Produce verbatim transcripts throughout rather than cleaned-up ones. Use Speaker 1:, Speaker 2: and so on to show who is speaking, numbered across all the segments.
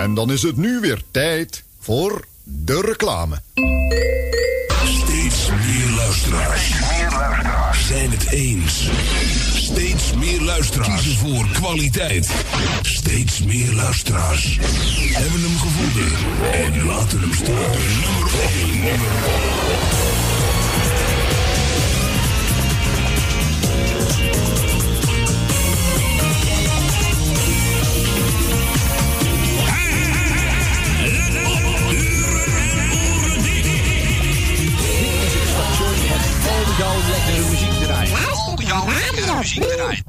Speaker 1: En dan is het nu weer tijd voor de reclame.
Speaker 2: Steeds meer luisteraars zijn het eens. Steeds meer luisteraars kiezen voor kwaliteit. Steeds meer luisteraars hebben hem gevonden en laten hem staan. Nummer één.
Speaker 3: Jouw lekkere muziek draaien.
Speaker 4: Al jouw lekkere muziek draaien.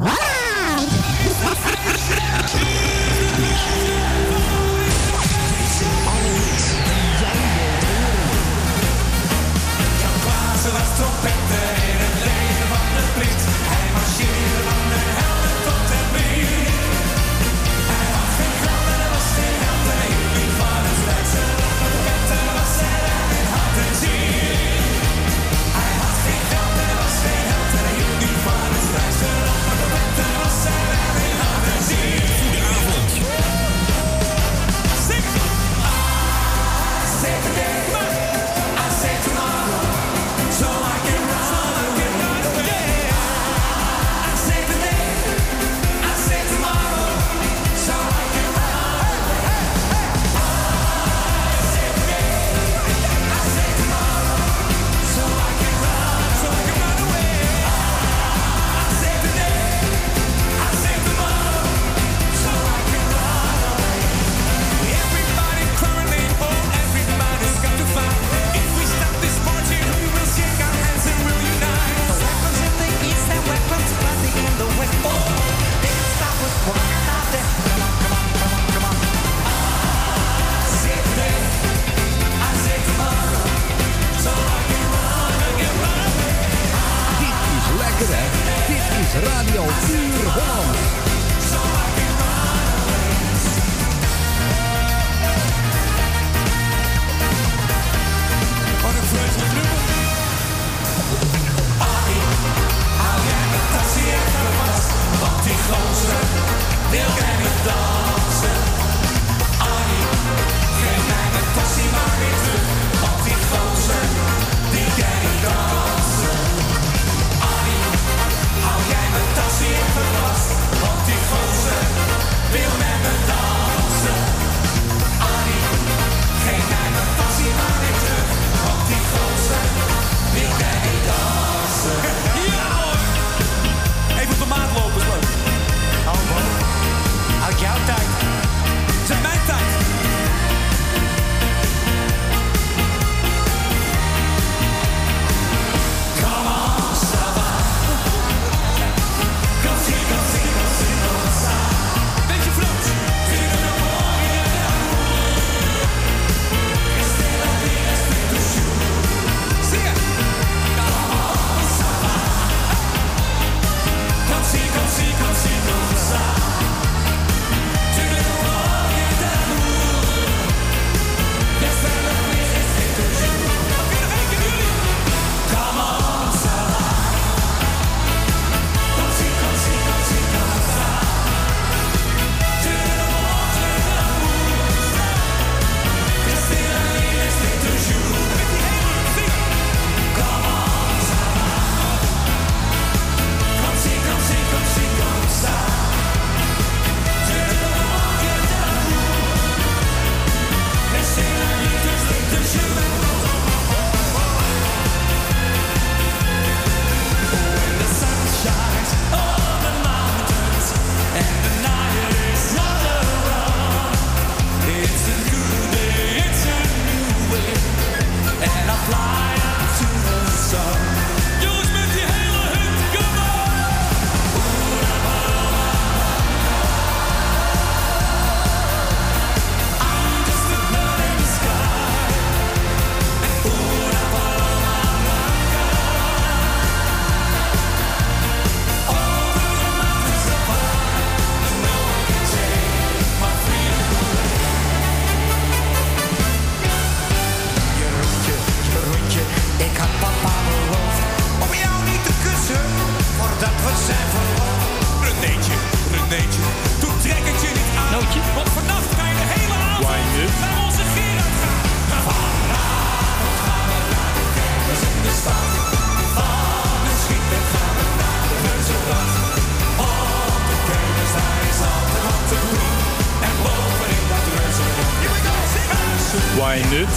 Speaker 3: Nut.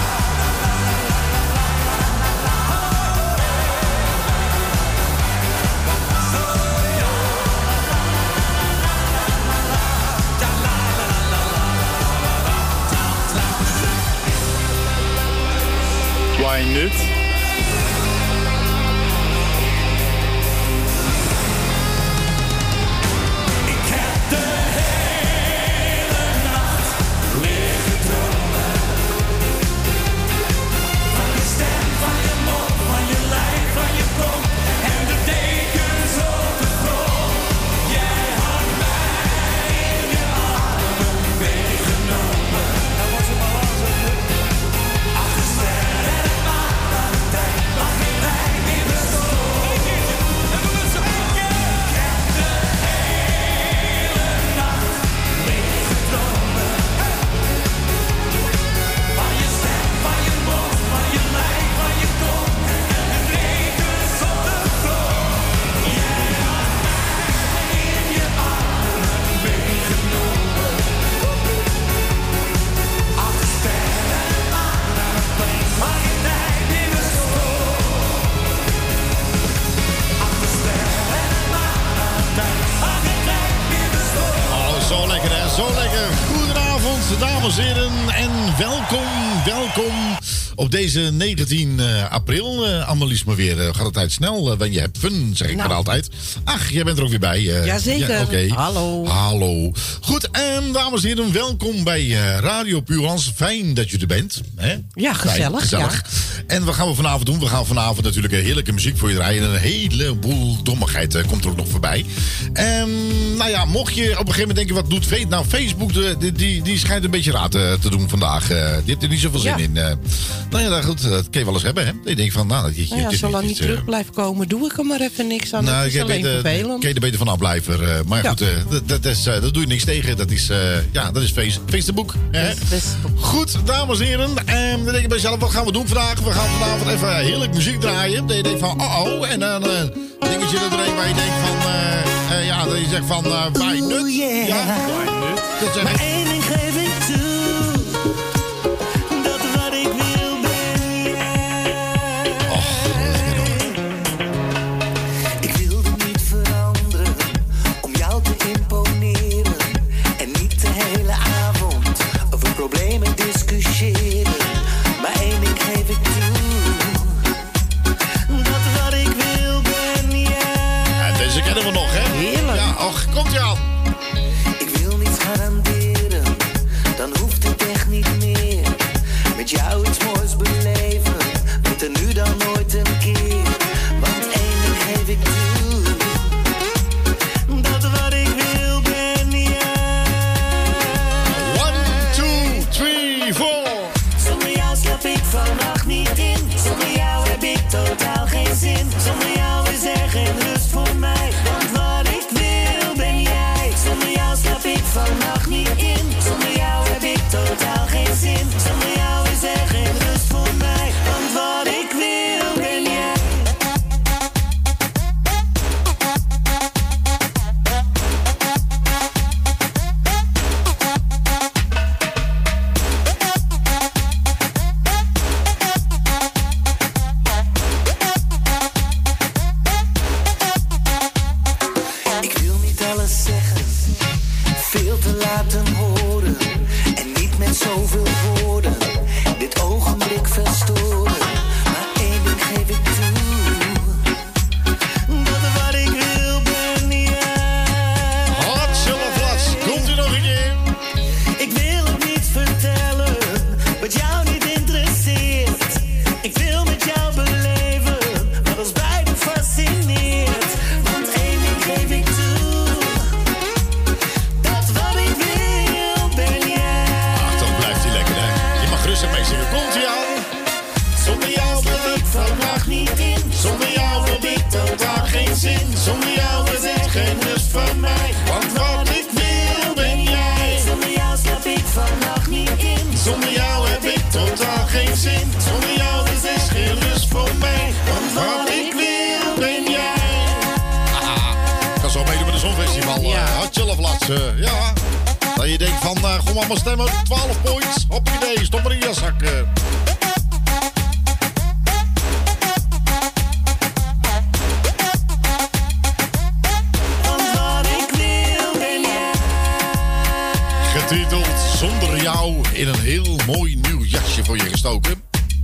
Speaker 3: Why Nut.
Speaker 5: Dames en heren, en welkom, welkom op deze negentien april. Uh, Annelies, maar weer uh, gaat het tijd snel. Uh, wanneer je hebt fun, zeg ik nou. maar altijd. Ach, jij bent er ook weer bij. Uh,
Speaker 6: Jazeker. Ja,
Speaker 5: okay.
Speaker 6: Hallo.
Speaker 5: Hallo. Goed, en dames en heren, welkom bij uh, Radio Puurhans. Fijn dat je er bent. Hè?
Speaker 6: Ja, gezellig.
Speaker 5: Fijn, gezellig. Ja. En wat gaan we vanavond doen? We gaan vanavond natuurlijk een heerlijke muziek voor je draaien. En een heleboel dommigheid uh, komt er ook nog voorbij. En nou ja, mocht je op een gegeven moment denken, wat doet Facebook? Nou, Facebook, de, die, die, die schijnt een beetje raad uh, te doen vandaag. Uh, die heeft er niet zoveel zin ja. in. Uh, nou ja, goed, dat kun je wel eens hebben, hè? Ik denk van, nou, dat je,
Speaker 6: nou ja,
Speaker 5: je,
Speaker 6: zolang
Speaker 5: niet,
Speaker 6: niet terug blijft komen, doe ik er maar even niks aan. Nou, dat is alleen
Speaker 5: beter,
Speaker 6: vervelend.
Speaker 5: Kun je er beter van afblijven. Uh, maar ja. goed, uh, dat, dat, is, uh, dat doe je niks tegen. Dat is, uh, ja, dat is face, Facebook. Hè? Goed, dames en heren. En dan denk ik bij jezelf, wat gaan we doen vandaag? We gaan vanavond even heerlijk muziek draaien. Dat je denkt van, oh oh. En dan uh, dingetje erin waar je denkt van, uh, uh, ja, dat je zegt van, uh, bij nut.
Speaker 7: Oh yeah.
Speaker 5: Ja, bij nut. Dat zeg
Speaker 7: maar één ding geef ik toe. Dat wat ik wil ben jij.
Speaker 5: Och,
Speaker 7: ik wilde niet veranderen om jou te imponeren. En niet de hele avond over problemen discussiëren. Maar één ding geef ik toe. Dat wat ik wil ben jij.
Speaker 5: En deze kennen we nog, hè?
Speaker 6: Heerlijk.
Speaker 5: Ja, och, komt ie aan.
Speaker 7: Ik wil niets garanderen, dan hoeft het echt niet meer. Met jou iets moois beleven, beter nu dan nooit een keer. Want één ding geef ik toe, dat wat ik wil ben jij.
Speaker 5: One, two, three, four.
Speaker 7: Zonder jou slap ik vannacht niet in. Zonder jou heb ik totaal geen zin. Zonder jou is er geen rust voor mij. Want wat ik wil ben jij. Zonder jou slap ik vannacht niet in. Zonder jou heb ik totaal geen zin. Zonder jou is er geen rust voor mij. Want wat ik wil ben jij. Ik wil niet alles zeggen, veel te laten horen. En niet met zoveel woorden, dit ogenblik verstoren. Maar één ding geef ik toe, dat wat ik wil ben jij.
Speaker 5: Hatselaflats, komt u nog een keer?
Speaker 7: Ik wil het niet vertellen, wat jou niet interesseert. Ik wil met jou beleven, wat ons beiden fascineert. Want één ding geef ik toe, dat wat ik wil ben jij.
Speaker 5: Ach, dan blijft hij lekker, hè? Je mag rustig mee zingen. Komt ie aan? Zonder jou wil ik vannacht niet in. Zonder jou heb ik totaal geen zin. Zonder jou is er geen rust van mij. Want wat ik wil ben jij.
Speaker 7: Zonder jou slaap ik vannacht niet in.
Speaker 5: Zonder jou heb ik totaal geen zin. Zonder jou is er geen rust voor mij. Want wat ik wil ben jij. Haha, ik ga zo meedoen met de Zonfestival.
Speaker 6: Ja.
Speaker 5: Hatselaflats, uh, ja. Dat je denkt van, uh, kom allemaal stemmen, twaalf points. Hoppakee, stop maar in je zak. Uh. Getiteld Zonder jou in een heel mooi nieuw jasje voor je gestoken.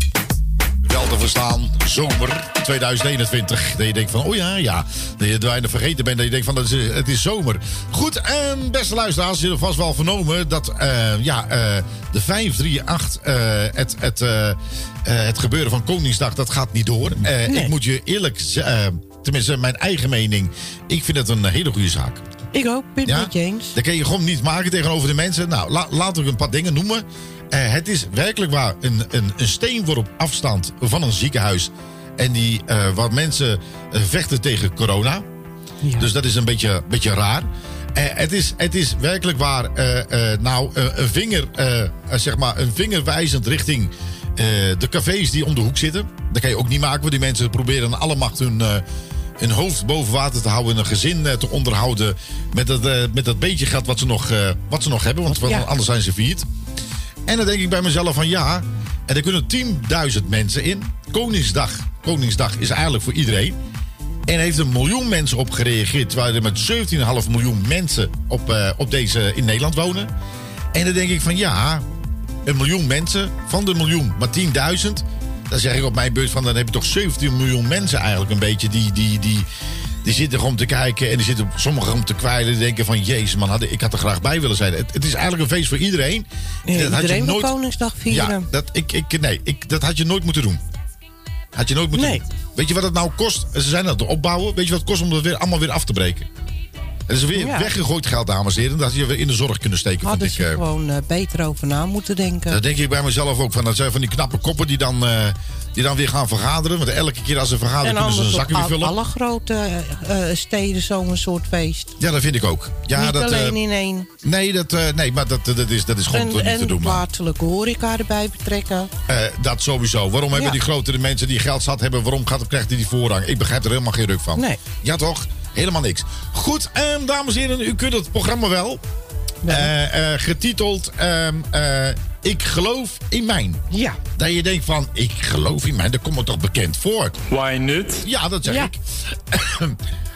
Speaker 5: Wel te verstaan, zomer tweeduizend eenentwintig. Dat je denkt van, oh ja, ja. Dat je bijna vergeten bent, dat je denkt van, het is, het is zomer. Goed, en beste luisteraars, je hebt vast wel vernomen dat uh, ja, uh, de vijf drie acht, uh, het, het, uh, uh, het gebeuren van Koningsdag, dat gaat niet door. Uh, nee. Ik moet je eerlijk, uh, tenminste mijn eigen mening, ik vind het een hele goede zaak.
Speaker 6: Ik ook, ben het
Speaker 5: ja?
Speaker 6: met je eens.
Speaker 5: Dat kun je gewoon niet maken tegenover de mensen. Nou, la, laten we een paar dingen noemen. Uh, het is werkelijk waar een, een, een steenworp afstand van een ziekenhuis. En die, uh, waar mensen uh, vechten tegen corona. Ja. Dus dat is een beetje, beetje raar. Uh, het, is, het is werkelijk waar uh, uh, nou, uh, een, vinger, uh, uh, zeg maar een vinger wijzend richting uh, de cafés die om de hoek zitten. Dat kan je ook niet maken, want die mensen proberen aan alle macht hun... Uh, hun hoofd boven water te houden en een gezin uh, te onderhouden met dat, uh, met dat beetje geld wat ze nog, uh, wat ze nog hebben, want ja. anders zijn ze failliet. En dan denk ik bij mezelf van ja, en er kunnen tienduizend mensen in. Koningsdag, Koningsdag is eigenlijk voor iedereen. En er heeft een miljoen mensen op gereageerd, terwijl er met zeventien komma vijf miljoen mensen op, uh, op deze in Nederland wonen. En dan denk ik van ja, een miljoen mensen, van de miljoen maar tienduizend... Dan zeg ik op mijn beurt van, dan heb je toch zeventien miljoen mensen eigenlijk een beetje... die, die, die, die zitten gewoon te kijken en die zitten sommigen om te kwijlen. Die denken van, jezus man, had, ik had er graag bij willen zijn. Het, het is eigenlijk een feest voor iedereen.
Speaker 6: Nee,
Speaker 5: dat
Speaker 6: iedereen
Speaker 5: had je
Speaker 6: wil
Speaker 5: nooit,
Speaker 6: Koningsdag vieren.
Speaker 5: Ja, dat, ik, ik, nee, ik, dat had je nooit moeten doen. Had je nooit moeten
Speaker 6: nee.
Speaker 5: doen. Weet je wat het nou kost? Ze zijn dat te opbouwen. Weet je wat het kost om dat weer, allemaal weer af te breken? Het is weer ja. weggegooid geld, dames en heren. Dat had je weer in de zorg kunnen steken.
Speaker 6: Hadden
Speaker 5: vind
Speaker 6: ze
Speaker 5: ik,
Speaker 6: gewoon uh, beter over na moeten denken.
Speaker 5: Dat denk ik bij mezelf ook. Van, dat zijn van die knappe koppen die dan, uh, die dan weer gaan vergaderen. Want elke keer als ze vergaderen kunnen ze een zakje weer vullen.
Speaker 6: En alle grote uh, steden zo'n soort feest.
Speaker 5: Ja, dat vind ik ook. Ja,
Speaker 6: niet
Speaker 5: dat,
Speaker 6: alleen
Speaker 5: uh,
Speaker 6: in één.
Speaker 5: Nee, dat, uh, nee maar dat, dat, is, dat is gewoon
Speaker 6: en,
Speaker 5: niet
Speaker 6: en
Speaker 5: te doen.
Speaker 6: En plaatselijke horeca erbij betrekken.
Speaker 5: Uh, dat sowieso. Waarom hebben
Speaker 6: ja.
Speaker 5: die grotere mensen die geld zat hebben... waarom gaat, krijgt die die voorrang? Ik begrijp er helemaal geen ruk van.
Speaker 6: Nee.
Speaker 5: Ja, toch? Helemaal niks. Goed, um, dames en heren, u kunt het programma wel. Uh, uh, getiteld um, uh, Ik geloof in mijn.
Speaker 6: Ja.
Speaker 5: Dat je denkt van, ik geloof in mijn, dat komt me toch bekend voor.
Speaker 3: Why not?
Speaker 5: Ja, dat zeg
Speaker 6: ja.
Speaker 5: ik. um,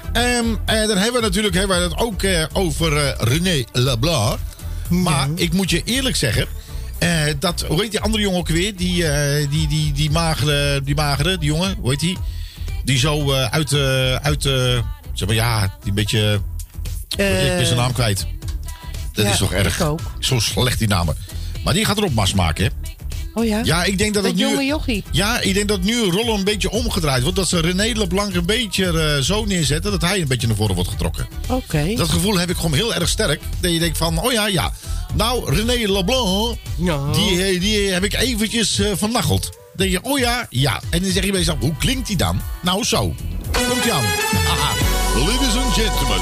Speaker 5: uh, dan hebben we natuurlijk hebben we het ook uh, over uh, René Leblanc. Ja. Maar ik moet je eerlijk zeggen... Uh, dat, hoe heet die andere jongen ook weer? Die, uh, die, die, die, magere, die magere, die jongen, hoe heet die? Die zo uh, uit... Uh, uit uh, zeg maar, ja, die beetje... Uh, ik ben zijn naam kwijt. Dat
Speaker 6: ja,
Speaker 5: is toch erg. Zo slecht die namen. Maar die gaat er ook mas maken, hè?
Speaker 6: Oh ja?
Speaker 5: Ja, ik denk dat, dat het nu...
Speaker 6: jonge jochie.
Speaker 5: Ja, ik denk dat nu een rol een beetje omgedraaid wordt. Dat ze René Leblanc een beetje uh, zo neerzetten... dat hij een beetje naar voren wordt getrokken.
Speaker 6: Oké. Okay.
Speaker 5: Dat gevoel heb ik gewoon heel erg sterk. Dat je denkt van, oh ja, ja. Nou, René Leblanc... Ja. Die, die heb ik eventjes uh, vernacheld. Dan denk je, oh ja, ja. En dan zeg je bij jezelf, hoe klinkt die dan? Nou, zo. Komt ie aan. Aha. Ladies and gentlemen,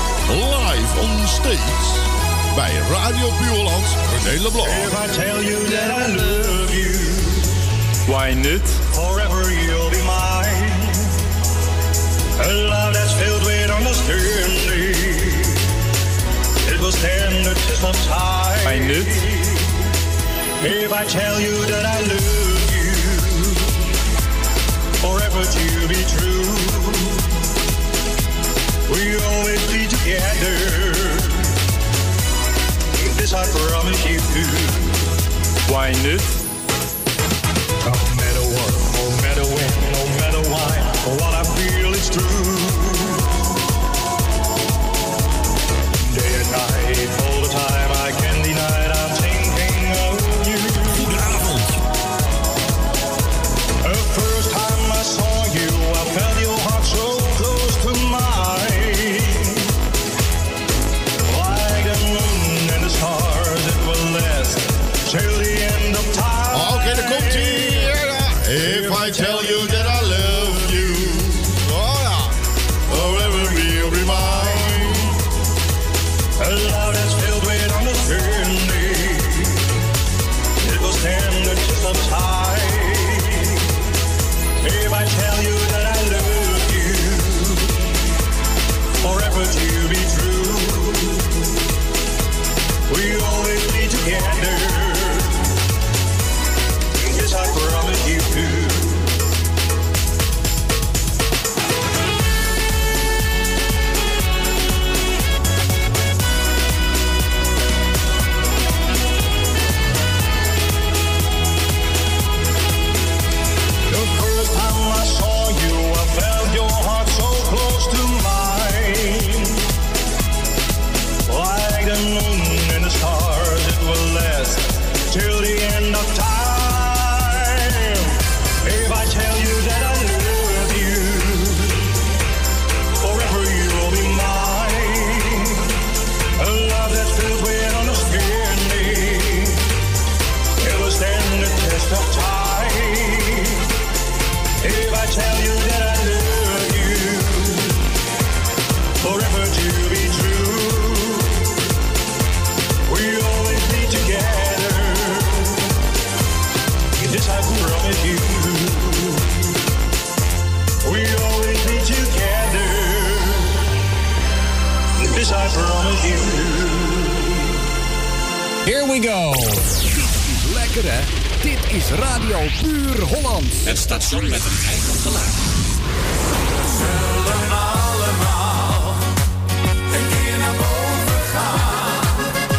Speaker 5: live on stage bij Radio Puurland, René Leblanc.
Speaker 8: If I tell you that I love you,
Speaker 3: why not?
Speaker 8: Forever you'll be mine. A love that's filled with understanding. It will stand the test of time.
Speaker 3: Why not?
Speaker 8: If I tell you that I love you, forever to be true. We'll always be together. This I promise you.
Speaker 3: Why not?
Speaker 8: No matter what, no matter when, no matter why, what I feel is true. Day and night, all the time, I can't deny it, I'm thinking of you.
Speaker 2: Goedenavond.
Speaker 8: The first time I saw you, I felt your heart so close to mine. Like the moon and the stars, it will last till the end of time.
Speaker 9: Here we go. Dit is lekker, hè? Dit is Radio Puur Holland.
Speaker 2: Het station met een eigen geluid.
Speaker 7: Zullen allemaal een keer naar boven gaan.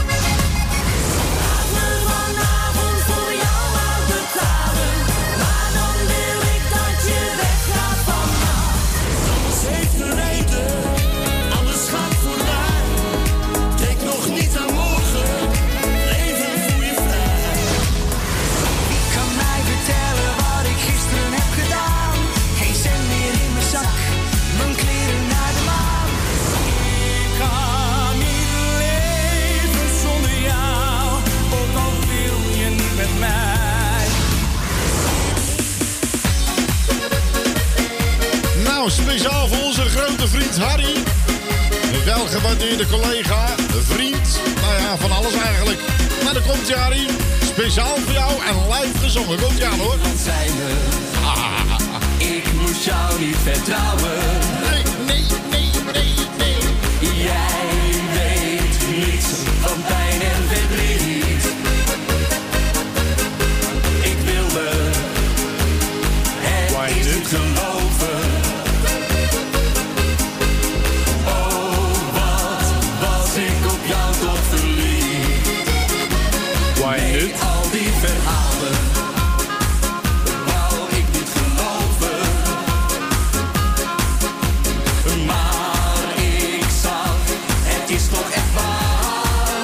Speaker 7: Laat me vanavond voor jou maar betalen. Maar dan wil ik dat je weggaat vannacht. Zeker weten, alles gaat voorbij. Denk nog niet aan morgen, leven voel je vrij. Wie kan mij vertellen wat ik gisteren heb gedaan? Geen cent meer in mijn zak, mijn kleren naar de maan. Ik kan niet leven zonder jou, ook al wil je niet met mij.
Speaker 5: Nou, speciaal voor onze grote vriend Harry. Een welgewaardeerde collega, vriend, nou ja, van alles eigenlijk. Nou, daar komt je Harry. Speciaal voor jou en live gezongen. Komt je aan, hoor.
Speaker 7: Wat zei me, ik moest jou niet vertrouwen.
Speaker 5: Nee, nee, nee, nee, nee.
Speaker 7: Jij weet niets van pijn en verdriet. Ik wilde het
Speaker 3: Why
Speaker 7: eerst
Speaker 3: niet?
Speaker 7: niet geloven. Oh, wat was ik op jou toch verliefd.
Speaker 3: Why
Speaker 7: Nee,
Speaker 3: niet?
Speaker 7: al die verhalen wou ik niet geloven. Maar ik zag, het is toch echt waar.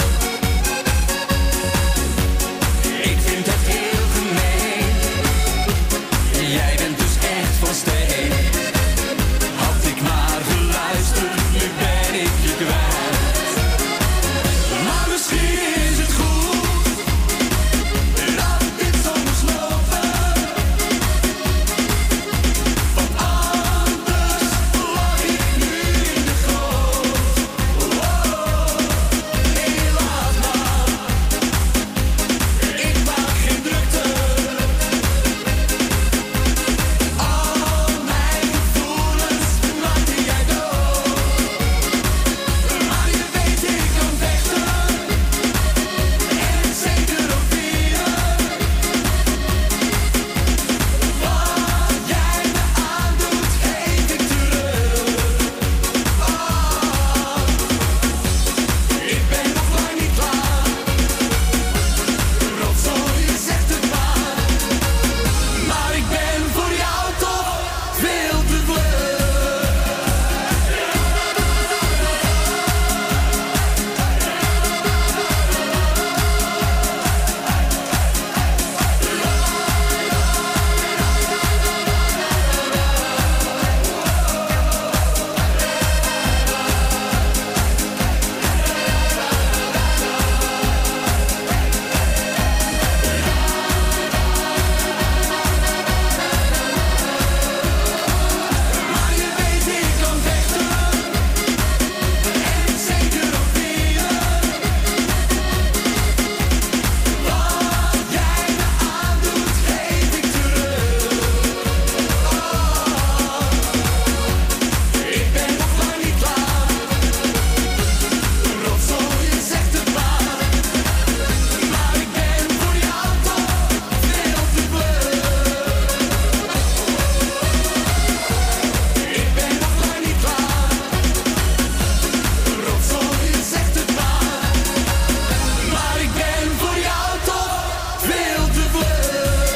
Speaker 7: Ik vind het heel gemeen. Jij bent dus echt van steen. Had ik maar geluisterd, nu ben ik je kwijt. Maar misschien is het goed dat dit zo moest lopen. Want anders lag ik nu in de goot. Oh, helaas maar, ik maak geen drukte. Al mijn gevoelens maakte jij dood. Maar je weet ik kan vechten en zeker ook vieren. Wat jij me aandoet, geef ik terug. Oh, ik ben nog lang niet klaar. Rotzooi, je zegt het maar. Maar ik ben voor jou toch veel te vlug. Maar je weet ik kan vechten en zeker ook vieren. Wat jij me aandoet, geef ik terug. Oh, ik ben nog lang niet klaar. Rotzooi, je zegt het maar. Maar ik ben voor jou toch veel te vlug. Ik ben nog lang niet klaar. Rotzooi, je zegt het maar. Maar ik ben voor jou toch veel te vlug.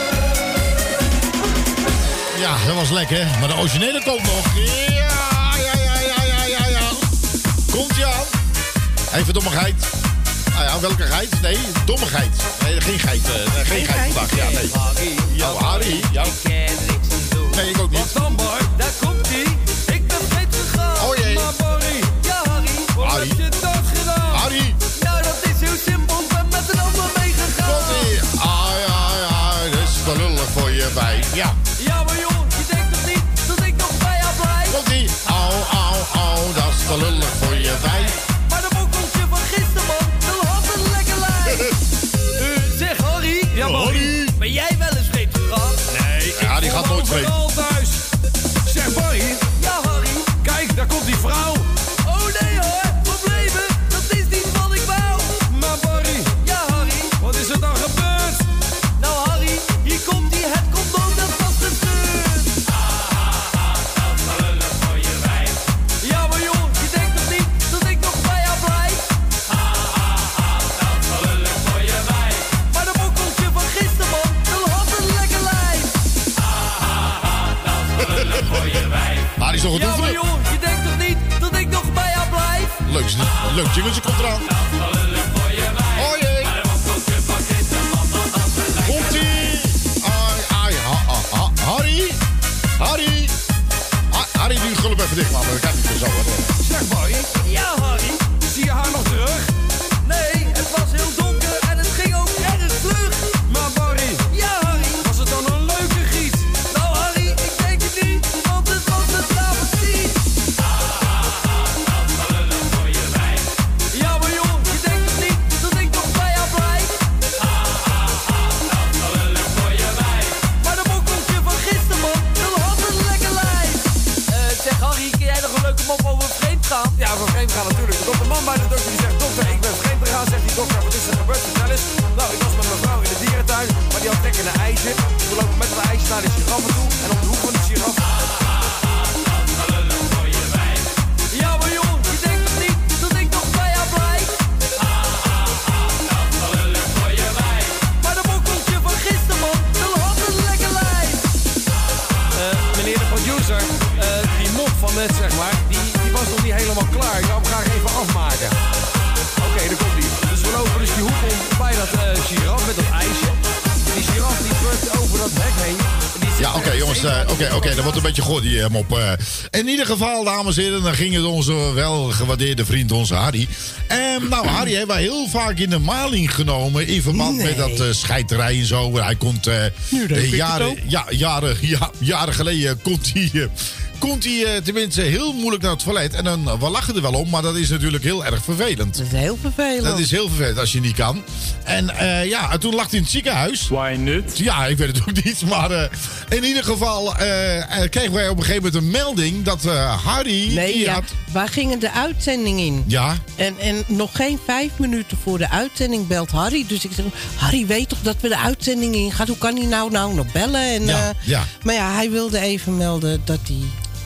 Speaker 5: Ja, dat was lekker. Maar de originele komt nog. Ja, ja, ja, ja, ja, ja, ja. Komt je aan. Even dommigheid. Nou ja, welke geit? Nee, dommigheid. Nee, geen geit. eh, nee, geen geit vandaag. Ja, nee. Oh, Harry. Ja. Nee, ik ook niet.
Speaker 7: Wat dan, boy? Daar komt-ie. Ik ben steeds gegaan.
Speaker 5: Oh jee.
Speaker 7: Maar Barry, ja Harry, wat
Speaker 5: Harry.
Speaker 7: heb je dat gedaan?
Speaker 5: Harry.
Speaker 7: Nou, dat is heel simpel. Ik ben met een ander meegegaan.
Speaker 5: Komt-ie. Ah, ja, ja. Dat is te lullig voor je bij. Ja.
Speaker 7: Ja, maar joh, je denkt toch niet dat ik nog bij jou blijf?
Speaker 5: Komt-ie. Au, au, au. Dat is te lullig voor je bij.
Speaker 7: Maar dat bokkeltje van gisteren, man, dat had een lekker lijf. Eh, zeg Harry. Ja,
Speaker 5: Oh, Harry.
Speaker 7: Ben jij wel eens vreemd gegaan? Nee, ik
Speaker 5: Ja, die gaat nooit vreemd.
Speaker 7: overal thuis. Zeg Barry. Ja, Harry. Kijk, daar komt die vrouw. Oh nee hoor, problemen, dat is niet wat ik wou. Maar Barry,
Speaker 5: leuk jingeltje komt eraan. Oh jee. Komt-ie. Ai, ai, ha, ha, ha. Harry. Harry. Ha, Harry, nu gulp even dicht laten. Dat kan niet meer zo worden.
Speaker 9: Zeg Barry.
Speaker 10: Ja, Harry.
Speaker 9: Zie je haar nog terug?
Speaker 10: Nee, het was heel donker en het ging ook erg vlug.
Speaker 9: Maar Barry,
Speaker 10: Ja, Harry.
Speaker 9: was het dan een leuke giet?
Speaker 10: Nou, Harry, ik denk het niet, want het was een travestie. Ja, maar joh, je denkt toch niet dat ik nog bij jou blijf? Maar de mokkeltje van gisteren, man, dat had een lekker lijf. Eh, zeg Harry, ken jij nog een leuke mop over vreemd gaan?
Speaker 9: Ja, van vreemd gaan natuurlijk. Er komt een man bij de dokter die zegt, dokter, ik ben vreemd gegaan. Zegt die dokter, wat is er gebeurd? Vertel eens. Nou, ik was met mijn vrouw in de dierentuin, maar die had trek in een ijsje. We lopen met dat ijsje naar de giraffen toe. En op de hoek van de giraf...
Speaker 10: Ja, maar joh, je denkt toch niet dat ik nog bij jou blijf? Maar de mokkeltje van gisteren, man, dat had een lekker lijf.
Speaker 9: Eh, meneer de producer, eh, die mop van net, zeg maar, die, die was nog niet helemaal klaar. Ik zou hem graag even afmaken. Oké, daar komt ie. Dus we lopen dus die hoek om bij dat eh, giraf met dat ijsje. Die giraf die drukt over dat hek heen. En die zit
Speaker 5: Ja, oké,
Speaker 9: er
Speaker 5: jongens.
Speaker 9: steeds
Speaker 5: eh, Oké,
Speaker 9: over.
Speaker 5: oké, dat wordt een beetje goor, die eh, mop. eh. In ieder geval, dames en heren, dan ging het onze wel gewaardeerde vriend, onze Harry. En nou, Harry hebben wij heel vaak in de maling genomen in verband
Speaker 6: Nee.
Speaker 5: met dat eh scheiterij en zo. Hij komt eh,
Speaker 6: Nu denk
Speaker 5: eh,
Speaker 6: ik het
Speaker 5: jaren,
Speaker 6: ook.
Speaker 5: ja, jaren, ja, jaren geleden komt hij... eh, Komt hij eh, tenminste heel moeilijk naar het toilet. En dan, we lachen er wel om, maar dat is natuurlijk heel erg vervelend.
Speaker 6: Dat is heel vervelend.
Speaker 5: Dat is heel vervelend als je niet kan. En eh, ja, en toen lag hij in het ziekenhuis.
Speaker 3: Why not?
Speaker 5: Ja, ik weet het ook niet. Maar eh, in ieder geval eh, eh, kregen wij op een gegeven moment een melding dat eh, Harry...
Speaker 6: Nee,
Speaker 5: die
Speaker 6: ja,
Speaker 5: had,
Speaker 6: wij gingen de uitzending in.
Speaker 5: ja,
Speaker 6: En, en nog geen vijf minuten voor de uitzending belt Harry. Dus ik zeg, Harry weet toch dat we de uitzending in gaan? Hoe kan hij nou, nou nog bellen? En,
Speaker 5: Ja,
Speaker 6: eh,
Speaker 5: ja.
Speaker 6: Maar ja, hij wilde even melden dat hij...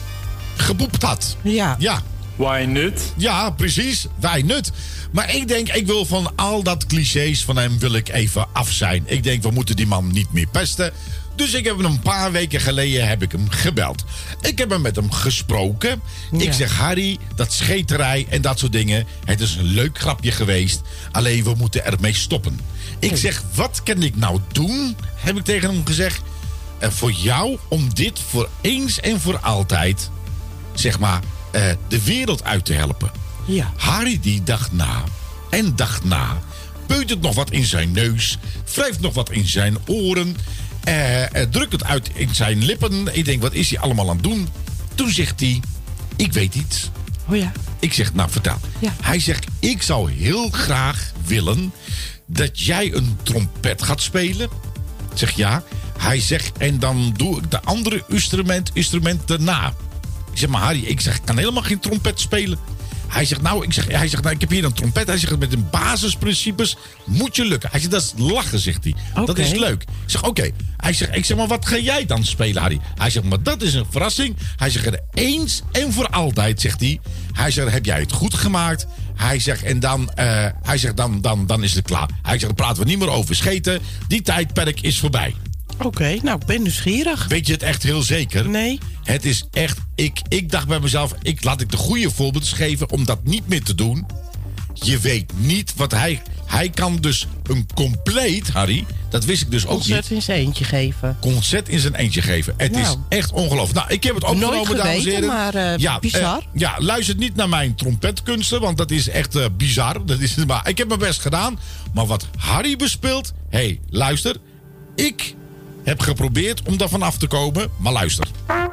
Speaker 5: geboept had.
Speaker 6: Ja,
Speaker 5: Ja,
Speaker 3: Why not?
Speaker 5: ja, precies. Wij nut. Maar ik denk, ik wil van al dat clichés van hem wil ik even af zijn. Ik denk, we moeten die man niet meer pesten. Dus ik heb hem een paar weken geleden heb ik hem gebeld. Ik heb hem met hem gesproken. Ik
Speaker 6: Ja.
Speaker 5: zeg, Harry, dat scheterij en dat soort dingen. Het is een leuk grapje geweest. Alleen we moeten ermee stoppen. Ik zeg, wat kan ik nou doen? Heb ik tegen hem gezegd. En voor jou om dit voor eens en voor altijd, zeg maar, eh, de wereld uit te helpen.
Speaker 6: ja.
Speaker 5: Harry die dacht na en dacht na. Peutert nog wat in zijn neus. Wrijft nog wat in zijn oren. eh, eh, drukt het uit in zijn lippen. Ik denk, wat is hij allemaal aan het doen? Toen zegt hij, ik weet iets.
Speaker 6: Oh ja.
Speaker 5: Ik zeg, nou vertel.
Speaker 6: Ja.
Speaker 5: Hij zegt, ik zou heel graag willen dat jij een trompet gaat spelen. Ik zeg, ja. Hij zegt, en dan doe ik de andere instrument, instrument daarna. Ik zeg, maar Harry, ik zeg, ik kan helemaal geen trompet spelen. Hij zegt, nou, ik, zeg, hij zegt, nou, ik heb hier een trompet. Hij zegt, met de basisprincipes moet je lukken. Hij zegt, dat is lachen, zegt hij. Dat
Speaker 6: Oké.
Speaker 5: is leuk. Ik zeg, oké. Hij zegt, ik zeg, maar wat ga jij dan spelen, Harry? Hij zegt, maar dat is een verrassing. Hij zegt, eens en voor altijd, zegt hij. Hij zegt, heb jij het goed gemaakt? Hij zegt, en dan, eh, hij zegt, dan, dan, dan is het klaar. Hij zegt, dan praten we niet meer over scheten. Die tijdperk is voorbij.
Speaker 6: Oké, nou, ik ben nieuwsgierig.
Speaker 5: Weet je het echt heel zeker?
Speaker 6: Nee.
Speaker 5: Het is echt... Ik, ik dacht bij mezelf, ik, laat ik de goede voorbeelden geven om dat niet meer te doen. Je weet niet wat hij... Hij kan dus een compleet, Harry, dat wist ik dus ook
Speaker 6: Concert
Speaker 5: niet,
Speaker 6: in zijn eentje geven.
Speaker 5: concert in zijn eentje geven. Het
Speaker 6: Nou.
Speaker 5: is echt ongelooflijk. Nou, ik heb het opgenomen,
Speaker 6: Nooit
Speaker 5: dames en
Speaker 6: geweten,
Speaker 5: heren.
Speaker 6: maar, eh,
Speaker 5: ja,
Speaker 6: bizar.
Speaker 5: eh, ja, luister niet naar mijn trompetkunsten, want dat is echt eh, bizar. Dat is, maar ik heb mijn best gedaan. Maar wat Harry bespeelt... Hé, hey, luister. Ik heb geprobeerd om daarvan af te komen, maar luister.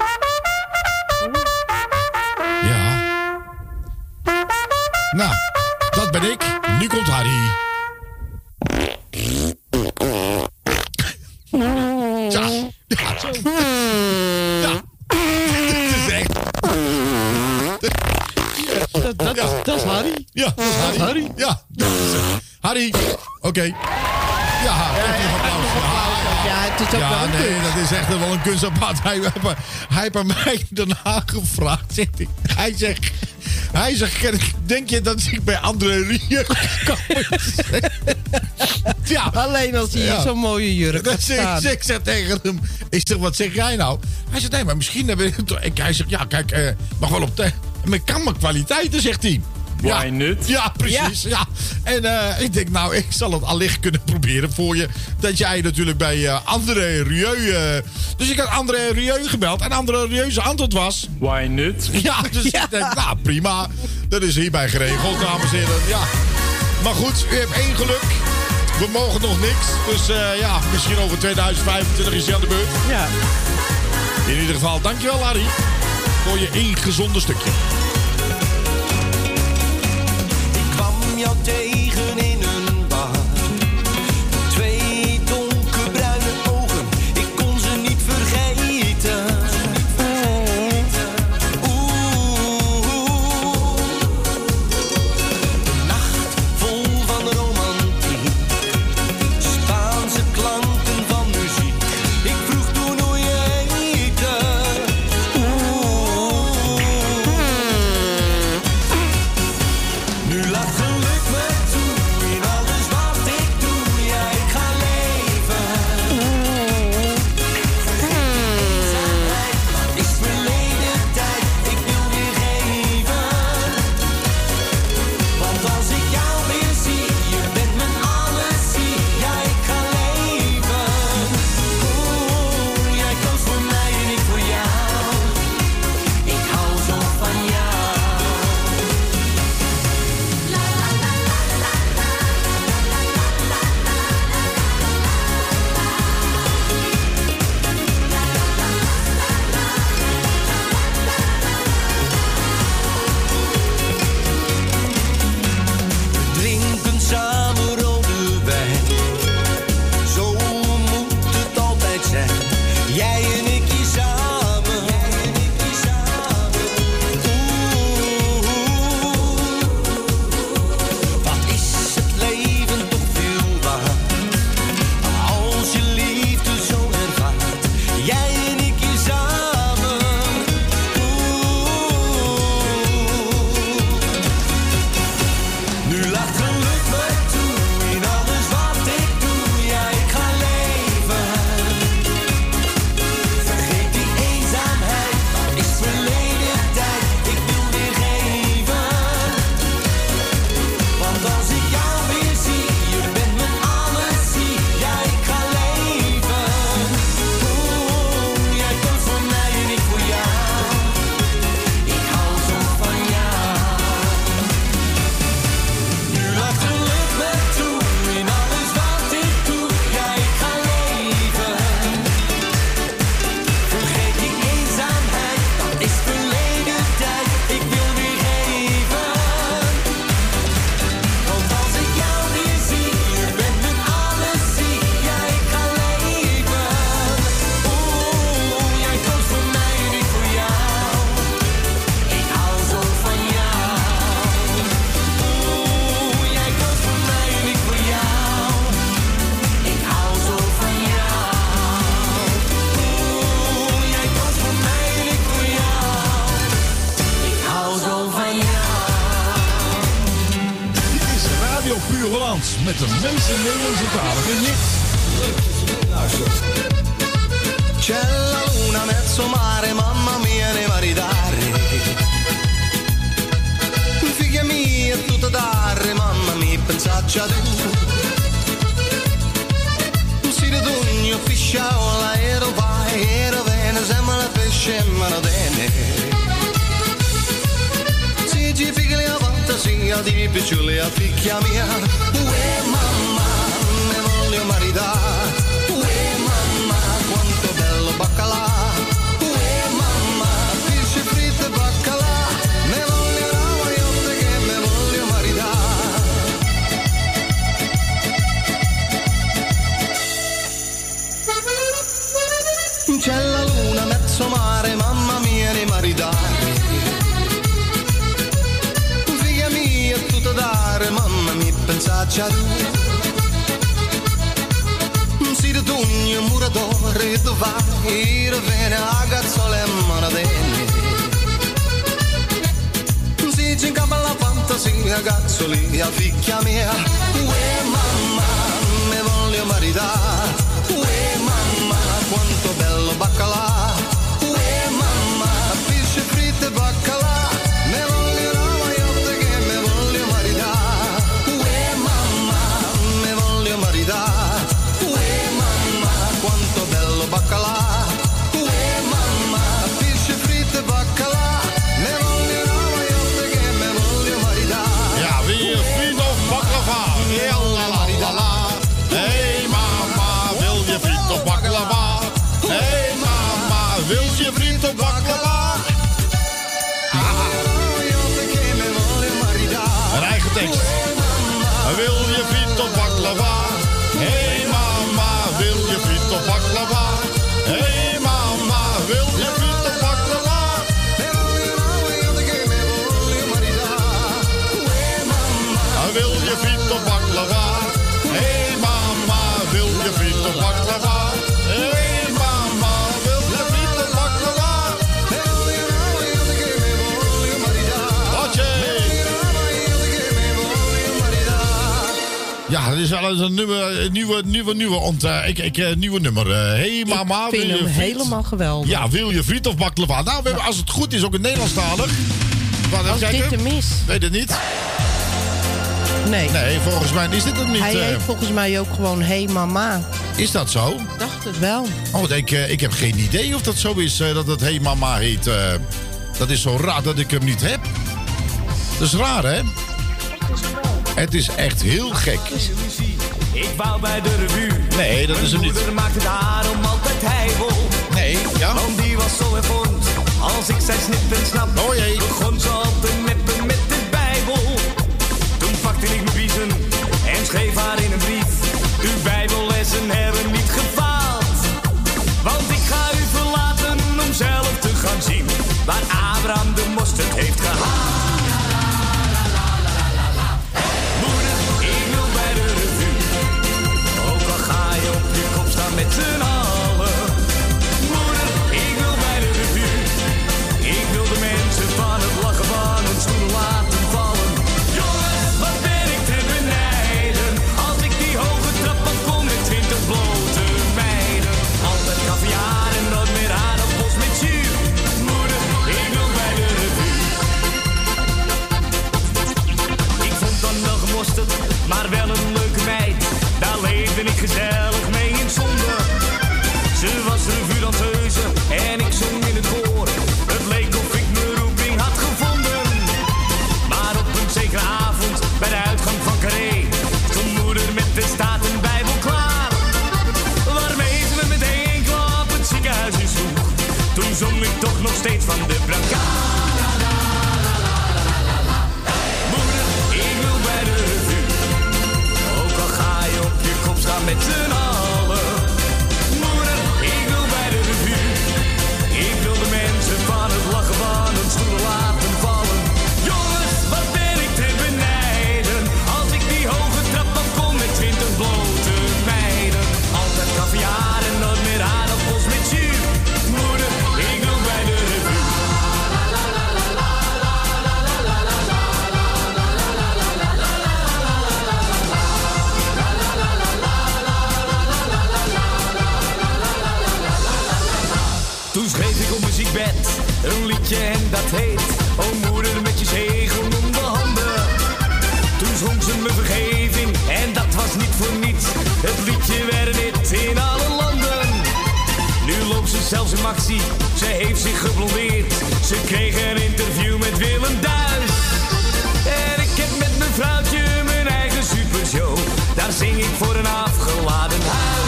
Speaker 5: Ja. Nou, dat ben ik. Nu komt Harry. Ja. Ja. Ja. Dit is echt...
Speaker 6: Dat, dat,
Speaker 5: Ja.
Speaker 6: dat is Harry.
Speaker 5: Ja, dat is Harry.
Speaker 6: Harry.
Speaker 5: Ja, dat is het. Harry. Oké. Ja, geef nog applaus.
Speaker 6: Ja, het is ook wel
Speaker 5: Ja,
Speaker 6: een
Speaker 5: nee,
Speaker 6: kunst.
Speaker 5: dat is echt wel een kunst apart. Hij, hij, hij heeft aan mij daarna gevraagd. Zegt hij. Hij zegt, hij zegt, denk je dat ik bij André Rieu kan? Ja.
Speaker 6: Alleen als hij
Speaker 5: Ja.
Speaker 6: in zo'n mooie jurk gaat
Speaker 5: Dat zeg,
Speaker 6: staan.
Speaker 5: ik zeg tegen hem. Ik zeg, wat zeg jij nou? Hij zegt, nee, maar misschien hebben we... Ik, hij zegt, ja, kijk, eh, mag wel op... de- Met kan mijn kwaliteiten, zegt hij.
Speaker 3: Why not?
Speaker 5: Ja, precies. Ja. Ja. En uh, ik denk, nou, ik zal het allicht kunnen proberen voor je. Dat jij natuurlijk bij uh, André Rieu... Uh, dus ik had André Rieu gebeld. En André Rieu's antwoord was...
Speaker 3: Why not?
Speaker 5: Ja, dus ja. ik denk, nou, prima. Dat is hierbij geregeld, dames en heren. Ja. Maar goed, u hebt één geluk. We mogen nog niks. Dus uh, ja, misschien over tweeduizend vijfentwintig is hij aan de beurt.
Speaker 6: Ja.
Speaker 5: In ieder geval, dankjewel, Larry. Voor je ingezonde stukje.
Speaker 7: Ik kwam jou tegen in een bar. Twee donkerbruine ogen, ik kon ze niet vergeten. Oeh, een nacht vol van romantiek, Spaanse klanken van muziek. Ik vroeg toen hoe je heette. Oeh, nu laat geluk me toe in alles wat ik doe. Ja, ik ga leven. Eenzaamheid is verleden tijd. Ik wil weer geven. Want als ik jou weer zie, je bent mijn alles, zie. Ja, ik ga leven. Oeh, jij koos voor mij en ik voor jou. Ik hou zo van jou. We drinken samen rode wijn. Zo moet het altijd zijn. Jij en ik hier samen. Oeh, wat is het leven toch veel waard. Als je liefde zo ervaart. Jij en ik hier samen. Oeh, nu laat geluk me toe in alles wat ik doe. Ja, ik ga leven. Vergeet die eenzaamheid, is verleden tijd. Ik wil weer geven. Want als ik jou weer zie, je bent mijn alles, zie. Ja, ik ga leven. Oeh, jij koos voor mij en ik voor jou. Ik hou zo van jou. Nu laat geluk me toe in alles wat ik doe. Ja, ik ga leven. Vergeet die eenzaamheid, dat is verleden tijd. Ik wil weer geven. Want als ik jou weer zie, je bent mijn alles, zie. Ja, ik ga leven. Oeh, jij koos voor mij en ik voor jou. Ik hou zo van jou. Oeh, jij koos voor mij en ik voor jou. Ik hou zo van jou. Oeh, jij koos voor mij en ik voor jou. Ik hou zo van jou.
Speaker 5: Dit is Radio Puur Holland met de meeste Nederlandse talen. Vind je niet?
Speaker 7: C'è la luna mezzo mare, mamma mia ne maridare. Figlia mia tutto dare, mamma mia pensaccia tu. Si radugno fisciaola, ero vai, ero bene, sembra la pesce ma non bene. Si ci figli a fantasia di piccoli a figlia mia. Uè mamma, me voglio maridare. Uè mamma, quanto bello baccalà. Uè mamma, pesce fritto e baccalà. Me voglio ravagliotte che me voglio maridare. C'è la luna mezzo mare, mamma mia ne maridare. Figlia mia tutto dare, mamma mia pensaccia tu. Si radugno muratore, tu vai, rovene a gazzole e manadene. Si ci incappa la fantasia, gazzoli a figlia mia. Uè mamma, me voglio maridare. Uè mamma, quanto bello baccalà. Uè mamma, pesce fritto e baccalà. Me voglio ravagliotte che me voglio
Speaker 5: wil je friet op baklava? Een eigen tekst. Wil je friet op baklava? Hey mama, wil je friet op baklava? Hey mama, wil je friet op baklava? Wil je friet op baklava? Hey mama, wil je friet op baklava? Hey mama, wil je friet op baklava? Watje! Ja, dat is wel een nieuwe, nieuwe, nieuwe, nieuwe, ont, uh, ik, ik, uh, nieuwe nummer. Uh, hey mama,
Speaker 6: ik vind
Speaker 5: wil je
Speaker 6: hem
Speaker 5: friet?
Speaker 6: helemaal geweldig.
Speaker 5: Ja, wil je friet of baklava? Nou, we hebben, als het goed is, ook in Nederlandstalig. Wat,
Speaker 6: als
Speaker 5: kijken?
Speaker 6: dit hem is.
Speaker 5: Weet het niet?
Speaker 6: Nee.
Speaker 5: Nee, volgens mij is dit het niet.
Speaker 6: Hij
Speaker 5: uh,
Speaker 6: heet volgens mij ook gewoon Hey Mama.
Speaker 5: Is dat zo?
Speaker 6: Ik dacht het wel.
Speaker 5: Oh, ik, uh, ik heb geen idee of dat zo is, uh, dat het Hey Mama heet. Uh, dat is zo raar dat ik hem niet heb. Dat is raar, hè? Het is echt heel gek.
Speaker 10: Ik wou bij de revue.
Speaker 5: Nee, dat is hem niet.
Speaker 10: Mijn moeder maakte daarom altijd heibel.
Speaker 5: Nee, ja?
Speaker 10: Want die was zo hervormd. Als ik zei snip en snap,
Speaker 5: oh, jee.
Speaker 10: begon ze al te neppen met de Bijbel. Toen pakte ik mijn biezen en schreef haar in een brief. Uw Bijbellessen hebben niet gefaald. Want ik ga u verlaten om zelf te gaan zien waar Abraham de mosterd heeft gehaald. Moeder, ik wil bij de revue. Ook al ga je op je kop staan met z'n allen. Moeder, ik wil bij de revue. Ik wil de mensen van het lachen van hun stoelen laten vallen. Jongens, wat ben ik te benijden. Als ik die hoge trap afkom met twintig blote meiden. Altijd kaviaar en nooit meer aardappels met zuur. Moeder, ik wil bij de revue. Ik vond dan wel gemosterd, maar wel een leuke meid. Daar leefde ik gezellig mee in zonde. Ze was revue-danseuse en ik zong in het koor. Het leek of ik mijn roeping had gevonden. Maar op een zekere avond, bij de uitgang van Carré, stond moeder met de Statenbijbel klaar. Waarmee ze me meteen een klap het ziekenhuis in sloeg. Toen zong ik toch nog steeds van de brancard. Moeder, ik wil bij de revue. Ook al ga je op je kop staan met z'n allen. Moeder, ik wil bij de revue. Ik wil de mensen van het lachen van hun stoelen laten vallen. Jongens, wat ben ik te benijden. Als ik die hoge trap afkom met twintig blote meiden. Altijd kaviaar en nooit meer aardappels met zuur. Moeder, ik wil bij de revue. Toen schreef ik op mijn ziekbed een liedje en dat heet O moeder met je zegel om de handen. Toen zong ze me vergeving en dat was niet voor niets. Het liedje werd dit in alle landen. Nu loopt ze zelfs in actie, ze heeft zich geblondeerd. Ze kreeg een interview met Willem Duis. En ik heb met mijn vrouwtje mijn eigen supershow. Daar zing ik voor een afgeladen huis.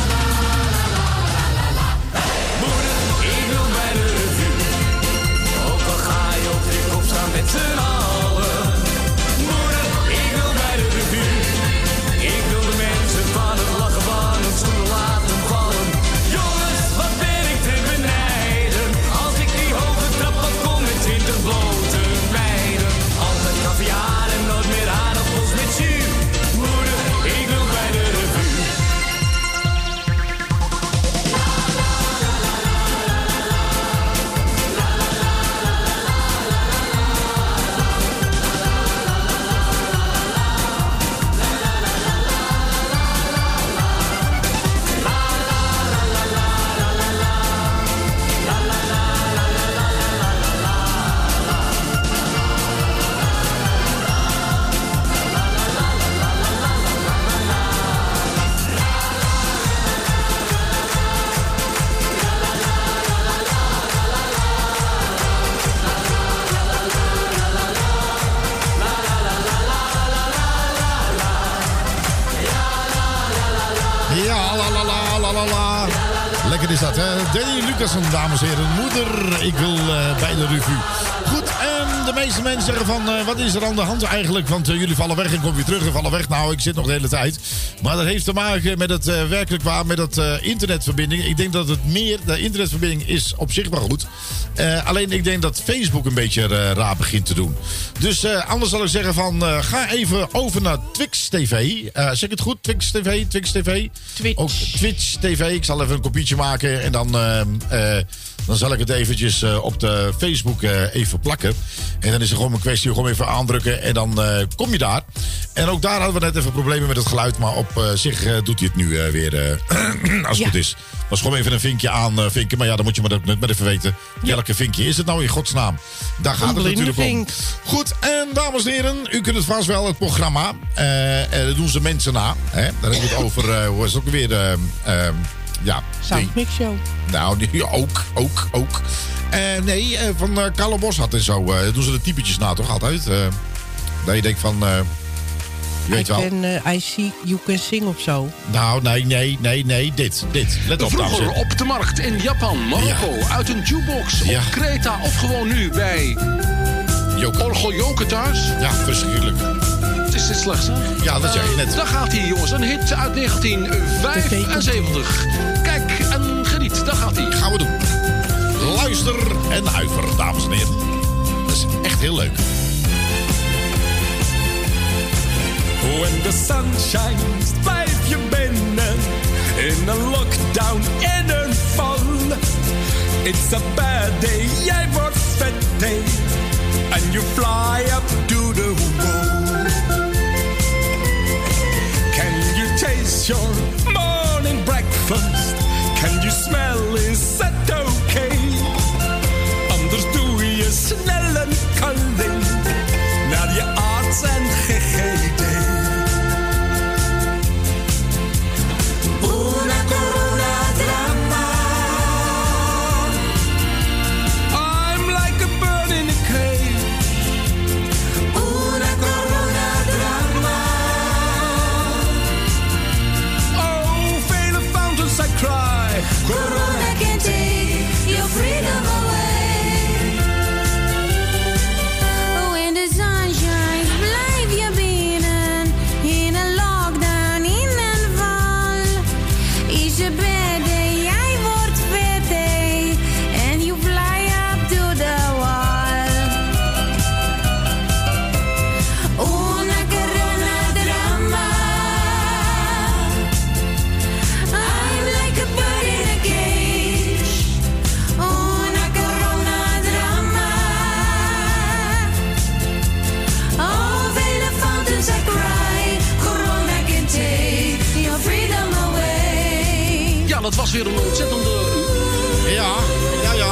Speaker 10: Moeder, ik wil bij de revue. Ook al ga je op je kop staan met z'n allen. Moeder, ik wil bij de revue. Ik wil de mensen van het lachen van hun stoel laten vallen. Jongens, wat ben ik te benijden. Als ik die hoge trap afkom met twintig blote meiden. Altijd kaviaar en nooit meer aardappels met zuur. Moeder, ik wil bij de revue.
Speaker 5: Ja, la la la la la la. Lekker is dat, hè? Danny Lucassen, dames en heren. Moeder, ik wil uh, bij de revue. Goed, en de meeste mensen zeggen van... Uh, wat is er aan de hand eigenlijk? Want uh, jullie vallen weg en komen weer terug en vallen weg. Nou, ik zit nog de hele tijd. Maar dat heeft te maken met het uh, werkelijk waar... met het uh, internetverbinding. Ik denk dat het meer... De internetverbinding is op zich wel goed. Uh, alleen ik denk dat Facebook een beetje uh, raar begint te doen. Dus uh, anders zal ik zeggen van... Uh, ga even over naar Twix T V. Uh, zeg ik het goed? Twix T V? Twix T V?
Speaker 6: Twitch.
Speaker 5: Ook Twitch T V. Ik zal even een kopietje maken. En dan, uh, uh, dan zal ik het eventjes uh, op de Facebook uh, even plakken. En dan is er gewoon een kwestie. Gewoon even aandrukken. En dan uh, kom je daar. En ook daar hadden we net even problemen met het geluid. Maar op uh, zich uh, doet hij het nu uh, weer. Uh, als het
Speaker 6: ja.
Speaker 5: goed is. Was gewoon even een vinkje aan uh, vinken. Maar ja, dan moet je maar, net maar even weten.
Speaker 6: Ja.
Speaker 5: Welke vinkje is het nou in godsnaam? Daar gaat het natuurlijk om. Goed, en dames en heren. U kunt het vast wel, het programma. Uh, uh, dat doen ze mensen na. Hè? Daar hebben we het over. Uh, hoe is het ook weer? Uh, uh, ja.
Speaker 6: Soundmix Show.
Speaker 5: Nou, die, ook, ook, ook. Uh, nee, uh, van uh, Carlo Boszhard en zo. Uh, doen ze de typetjes na, toch? Altijd. Uh, dat je denkt van... Uh, je weet
Speaker 6: I
Speaker 5: wel.
Speaker 6: Can, uh, I see you can sing of zo.
Speaker 5: Nou, nee, nee, nee, nee. Dit, dit. Let op, dames en
Speaker 11: Vroeger
Speaker 5: heren.
Speaker 11: op de markt in Japan, Marokko,
Speaker 5: Ja.
Speaker 11: uit een jukebox,
Speaker 5: Ja.
Speaker 11: op Kreta of gewoon nu bij
Speaker 5: Joker.
Speaker 11: Orgel Joker thuis.
Speaker 5: Ja, verschrikkelijk.
Speaker 11: Het is dit slechts, hè?
Speaker 5: Ja, dat zei je net.
Speaker 11: Daar gaat hij, jongens. Een hit uit negentien vijfenzeventig. Kijk en geniet. Daar gaat hij.
Speaker 5: Gaan we doen. Luister en huiver, dames en heren. Dat is echt heel leuk.
Speaker 10: When the sun shines, blijf je binnen. In een lockdown in een val. It's a bad day, jij wordt vet day. And you fly up to the wall. Can you taste your morning breakfast? Can you smell, is that okay? Anders doe je snel een calling naar je arts en G G D.
Speaker 7: Una corona drama.
Speaker 10: I'm like a bird in a cage.
Speaker 7: Una corona drama.
Speaker 10: Oh, vele fountains I cry.
Speaker 7: Corona can take your freedom away. When the sun shines, blijf je binnen. In een lockdown, in een val. Is je bed day, jij wordt vet day. And you fly up to the wall. Una corona drama. I'm like a bird in a cage. Una corona drama. Oh, vele fountains I cry. Corona can take your freedom away.
Speaker 11: Ja, dat was weer een ontzettende...
Speaker 5: Ja, ja, ja.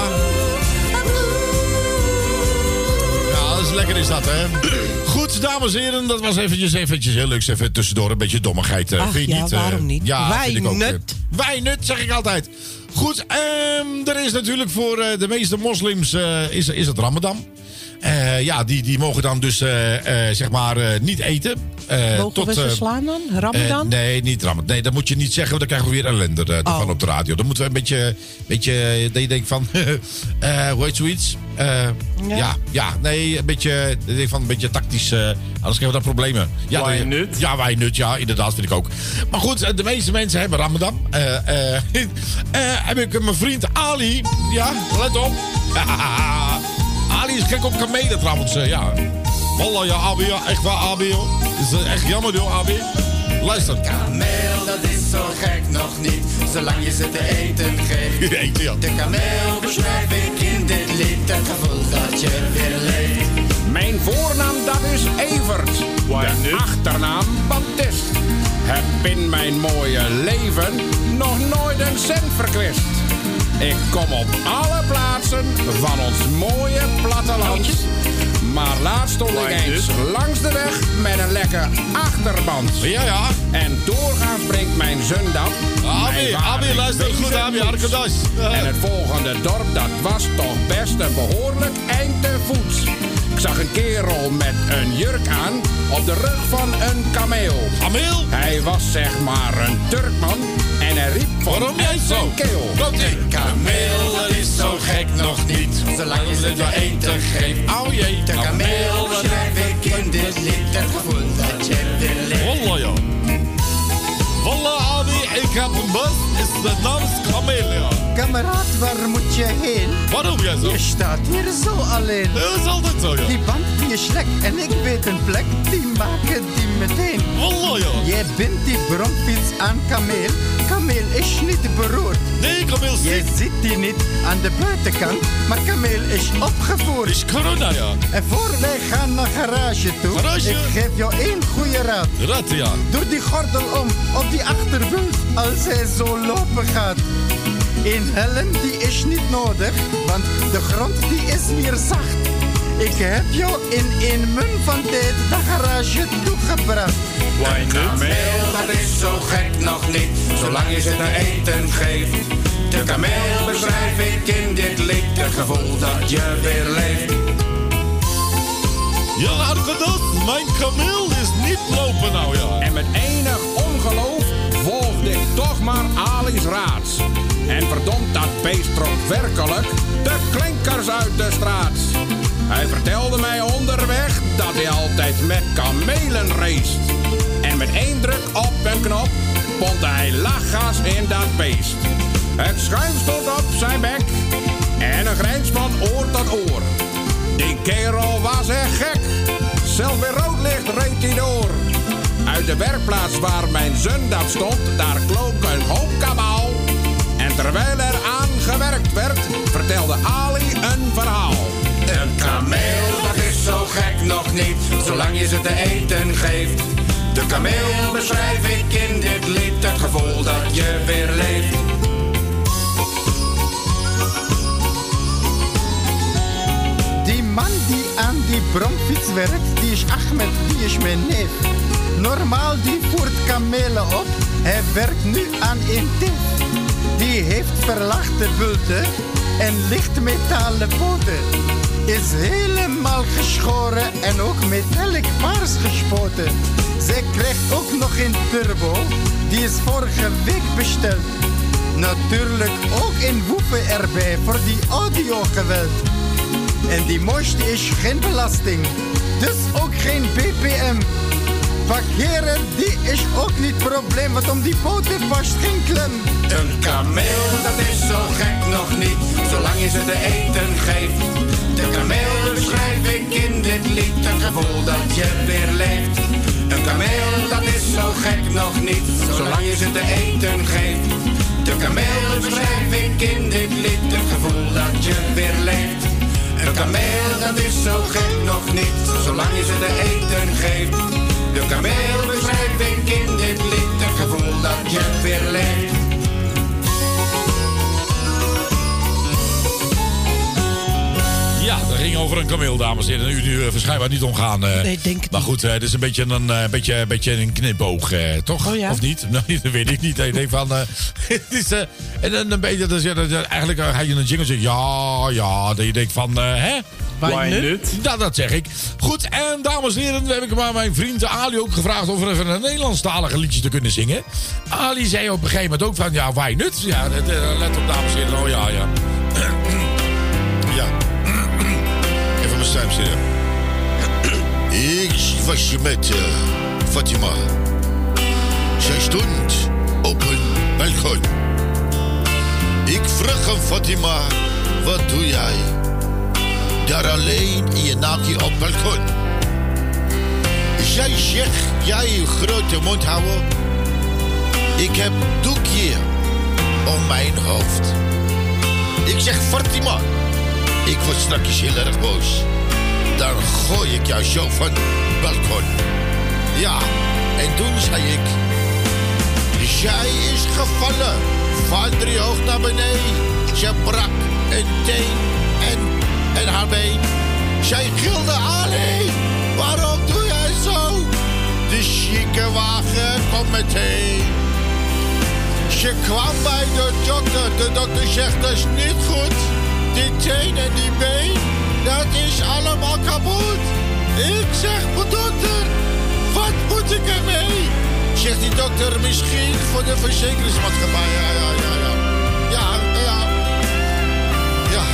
Speaker 5: Ja, dat is lekker is dat, hè. Goed, dames en heren, dat was eventjes, eventjes heel leuk. Even tussendoor een beetje dommigheid. Uh,
Speaker 6: Ach,
Speaker 5: vind je
Speaker 6: ja,
Speaker 5: niet? Uh,
Speaker 6: waarom niet?
Speaker 5: Ja, vind ik ook,
Speaker 6: Wijnut.
Speaker 5: uh, Wijnut, zeg ik altijd. Goed, um, er is natuurlijk voor uh, de meeste moslims uh, is, is het Ramadan. Uh, ja, die, die mogen dan dus uh, uh, zeg maar uh, niet eten. Uh,
Speaker 6: Mogen
Speaker 5: tot,
Speaker 6: we ze
Speaker 5: uh,
Speaker 6: slaan dan? Ramadan?
Speaker 5: Uh, nee, niet Ramadan. Nee, dat moet je niet zeggen, want dan krijgen we weer ellende uh, ervan
Speaker 6: Oh.
Speaker 5: op de radio. Dan moeten we een beetje, beetje dat je denkt van, uh, hoe heet zoiets? Uh, ja. ja, ja, nee, een beetje, ik denk van een beetje tactisch, uh, anders krijgen we daar problemen. Ja,
Speaker 3: Wij
Speaker 5: nee,
Speaker 3: nut.
Speaker 5: Ja, wij nut, ja, inderdaad, vind ik ook. Maar goed, de meeste mensen hebben Ramadan. Uh, uh, uh, heb ik mijn vriend Ali, ja, let op. Ali is gek op kamelen trouwens, uh, ja. Wallah, ja, Abi, ja, echt waar, Abi, joh. Het is echt jammer, joh, Abi. Luister.
Speaker 12: Kameel, dat is zo gek nog niet, zolang je ze te eten geeft.
Speaker 5: Eten, ja.
Speaker 12: De kameel beschrijf ik in dit lied, het gevoel dat je weer leeft.
Speaker 13: Mijn voornaam dat is Evert, de achternaam Baptist. Heb in mijn mooie leven nog nooit een cent verkwist. Ik kom op alle plaatsen van ons mooie platteland. Maar laatst stond ik eens langs de weg met een lekker achterband.
Speaker 5: Ja, ja.
Speaker 13: En doorgaans brengt riep mijn zoon dat.
Speaker 5: Abi, Abi, luister goed, Abi, Arkadas.
Speaker 13: En het volgende dorp, dat was toch best een behoorlijk eind te voets. Ik zag een kerel met een jurk aan op de rug van een kameel.
Speaker 5: Kameel?
Speaker 13: Hij was zeg maar een Turkman en hij riep van
Speaker 5: waarom jij zo?
Speaker 13: zijn keel.
Speaker 5: Een kameel, dat is zo gek nog niet, zolang je het maar eten geeft. Oh jee,
Speaker 12: De kameel beschrijf ik in dit lied, het gevoel dat je wil leven.
Speaker 5: Wallah, ja. Wallah, Abi, ik heb een bus, is de naam is Kameel, ja.
Speaker 12: Kameraad, waar moet je heen?
Speaker 5: Waarom jij zo?
Speaker 12: Je staat hier zo alleen.
Speaker 5: Dat is altijd zo, ja.
Speaker 12: Die band die is lek en ik weet een plek, die maken die meteen.
Speaker 5: Wallah, ja.
Speaker 12: Jij bindt die bromfiets aan kameel. Kameel is niet beroerd.
Speaker 5: Nee, kameel is
Speaker 12: Je ziet die niet aan de buitenkant, maar kameel is opgevoerd.
Speaker 5: Is corona, ja.
Speaker 12: En voor wij gaan naar garage toe,
Speaker 5: Garage?
Speaker 12: ik geef jou één goede raad.
Speaker 5: Rat, ja.
Speaker 12: Doe die gordel om op die achterbult als hij zo lopen gaat. Een helm die is niet nodig, want de grond die is hier zacht. Ik heb jou in één mun van tijd de garage toegebracht.
Speaker 3: Why not?
Speaker 10: Kameel, dat is zo gek nog niet, zolang je ze te eten geeft. De kameel beschrijf ik in dit lied, het gevoel dat je weer leeft.
Speaker 5: Ja, Arkadas, mijn kameel is niet lopen nou, ja.
Speaker 13: En met enig ongeloof volgde ik toch maar Ali's raad. En verdomd, dat beest trok werkelijk de klinkers uit de straat. Hij vertelde mij onderweg dat hij altijd met kamelen race. En met één druk op een knop pompte hij lachgas in dat beest. Het schuim stond op zijn bek en een grijns van oor tot oor. Die kerel was echt gek, zelfs bij rood licht reed hij door. Uit de werkplaats waar mijn zoon dat stond, daar klonk een hoop kabaal. En terwijl er aan gewerkt werd, vertelde Ali een verhaal.
Speaker 10: Een kameel, dat is zo gek nog niet, zolang je ze te eten geeft. De kameel beschrijf ik in dit lied, het gevoel dat je weer leeft.
Speaker 12: Die man die aan die bromfiets werkt, die is Ahmed, die is mijn neef. Normaal die voert kamelen op, hij werkt nu aan een teef. Die heeft verlaagde bulten en lichtmetalen poten. Is helemaal geschoren en ook metallic paars gespoten. Zij krijgt ook nog een turbo, die is vorige week besteld. Natuurlijk ook een woofer erbij voor die audiogeweld. En die mooiste is geen belasting, dus ook geen B P M. Parkeren, die is ook niet probleem, want om die poten past geen klem.
Speaker 10: Een kameel, dat is zo gek nog niet, zolang je ze te eten geeft. De kameel beschrijf ik in dit lied, het gevoel dat je weer leeft. Een kameel, dat is zo gek nog niet, zolang je ze te eten geeft. De kameel beschrijf ik in dit lied, het gevoel dat je weer leeft. Een kameel, dat is zo gek nog niet, zolang je ze te eten geeft. De kameel beschrijf ik in dit lied, het gevoel dat je weer leeft.
Speaker 5: Ja, dat ging over een kameel, dames en heren. U nu uh, waarschijnlijk niet omgaan. Uh,
Speaker 6: nee, denk ik
Speaker 5: Maar goed, uh, dit is een beetje een, uh, beetje, beetje een knipoog, uh, toch?
Speaker 6: Oh ja?
Speaker 5: Of niet? Nee, dat weet ik niet. Ik denk van... Uh, het is, uh, en dan een beetje... Dus, ja, dat, uh, eigenlijk uh, ga je een jingle zeggen... Ja, ja. Dat je denkt van... Uh, hè?
Speaker 3: Why not?
Speaker 5: Ja, dat zeg ik. Goed, en dames en heren... heb ik maar mijn vriend Ali ook gevraagd... of we even een Nederlandstalige liedje te kunnen zingen. Ali zei op een gegeven moment ook van... Ja, why not? Ja, let op, dames en heren. Oh ja, ja. Ja. Even mijn stem zitten. Ik was je met uh, Fatima. Zij stond op een balkon. Ik vroeg aan Fatima, wat doe jij? Daar alleen in je naakje op balkon. Zij zegt, jij je grote mond houden. Ik heb doekje om mijn hoofd. Ik zeg, Fatima, ik word straks heel erg boos. Dan gooi ik jou zo van het balkon. Ja, en toen zei ik... Zij is gevallen van drie hoog naar beneden. Ze brak een teen en, en haar been. Zij gilde Ali, waarom doe jij zo? De ziekenwagen komt meteen. Ze kwam bij de dokter. De dokter zegt dat is niet goed. Die teen en die been, dat is allemaal kapot. Ik zeg, maar dokter, wat moet ik ermee? Zegt die dokter, misschien voor de verzekeringsmaatschappij. Ja, ja, ja, ja. Ja, ja. Ja.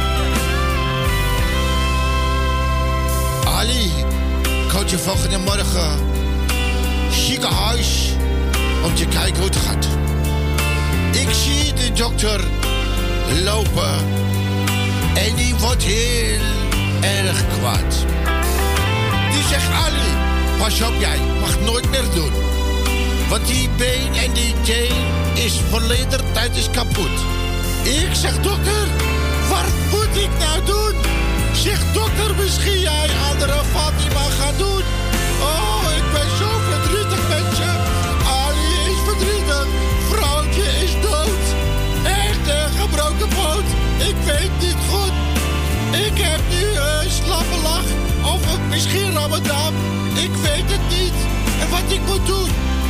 Speaker 5: Ali, komt je volgende morgen ziekenhuis om te kijken hoe het gaat. Ik zie de dokter lopen en die wordt heel erg kwaad. Die zegt, Ali, pas op jij, mag nooit meer doen. Want die been en die teen is volledig tijd is kapot. Ik zeg, dokter, wat moet ik nou doen? Zegt dokter, misschien jij andere Fatima gaat doen. Oh, ik ben zo verdrietig met je. Ali is verdrietig, vrouwtje is dood. Echt een gebroken poot, ik weet niet goed. Ik heb nu een slappe lach, of misschien Ramadan. Ik weet het niet, en wat ik moet doen.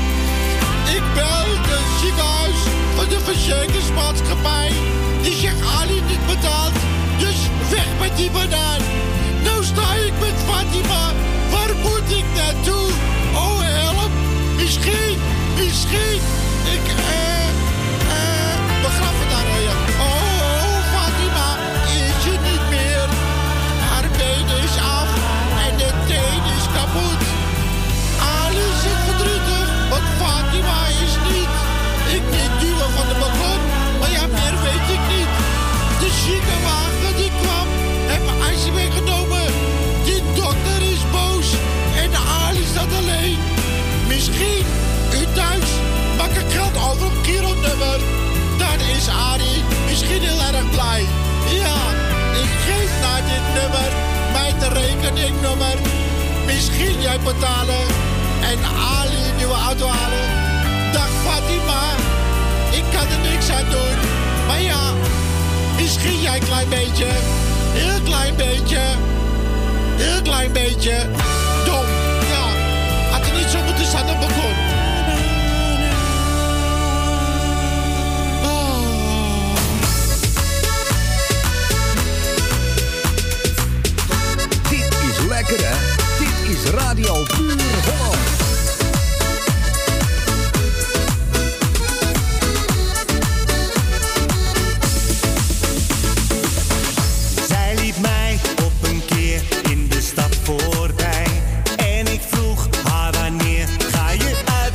Speaker 5: Ik bel het ziekenhuis van de verzekeringsmaatschappij. Die zegt Ali niet betaald, dus weg met die banaan. Nou sta ik met Fatima, waar moet ik naartoe? Oh help, misschien, misschien. Ik, eh, eh, begraven daar ja. Oh, Fatima is je niet meer. Haar been is af en de teen is kapot. Ali zit verdrietig, want Fatima is niet. Ik niet duwen van de balkon, maar ja, meer weet ik niet. De ziekenwagen die kwam, heb mijn ijsje meegenomen. Die dokter is boos en Ali staat alleen. Misschien u thuis, maak ik geld over op Giro-nummer. Dan is Arie misschien heel erg blij. Ja, ik geef naar dit nummer mijn rekeningnummer. Misschien jij betalen en Ali een nieuwe auto halen. Dag Fatima, ik kan er niks aan doen. Maar ja, misschien jij een klein beetje, heel klein beetje, heel klein beetje dom. Ja, had er niet zo moeten staan op het balkon.
Speaker 14: Dit is lekker hè, dit is Radio Puur Holland.
Speaker 7: Voorbij. En ik vroeg haar wanneer ga je uit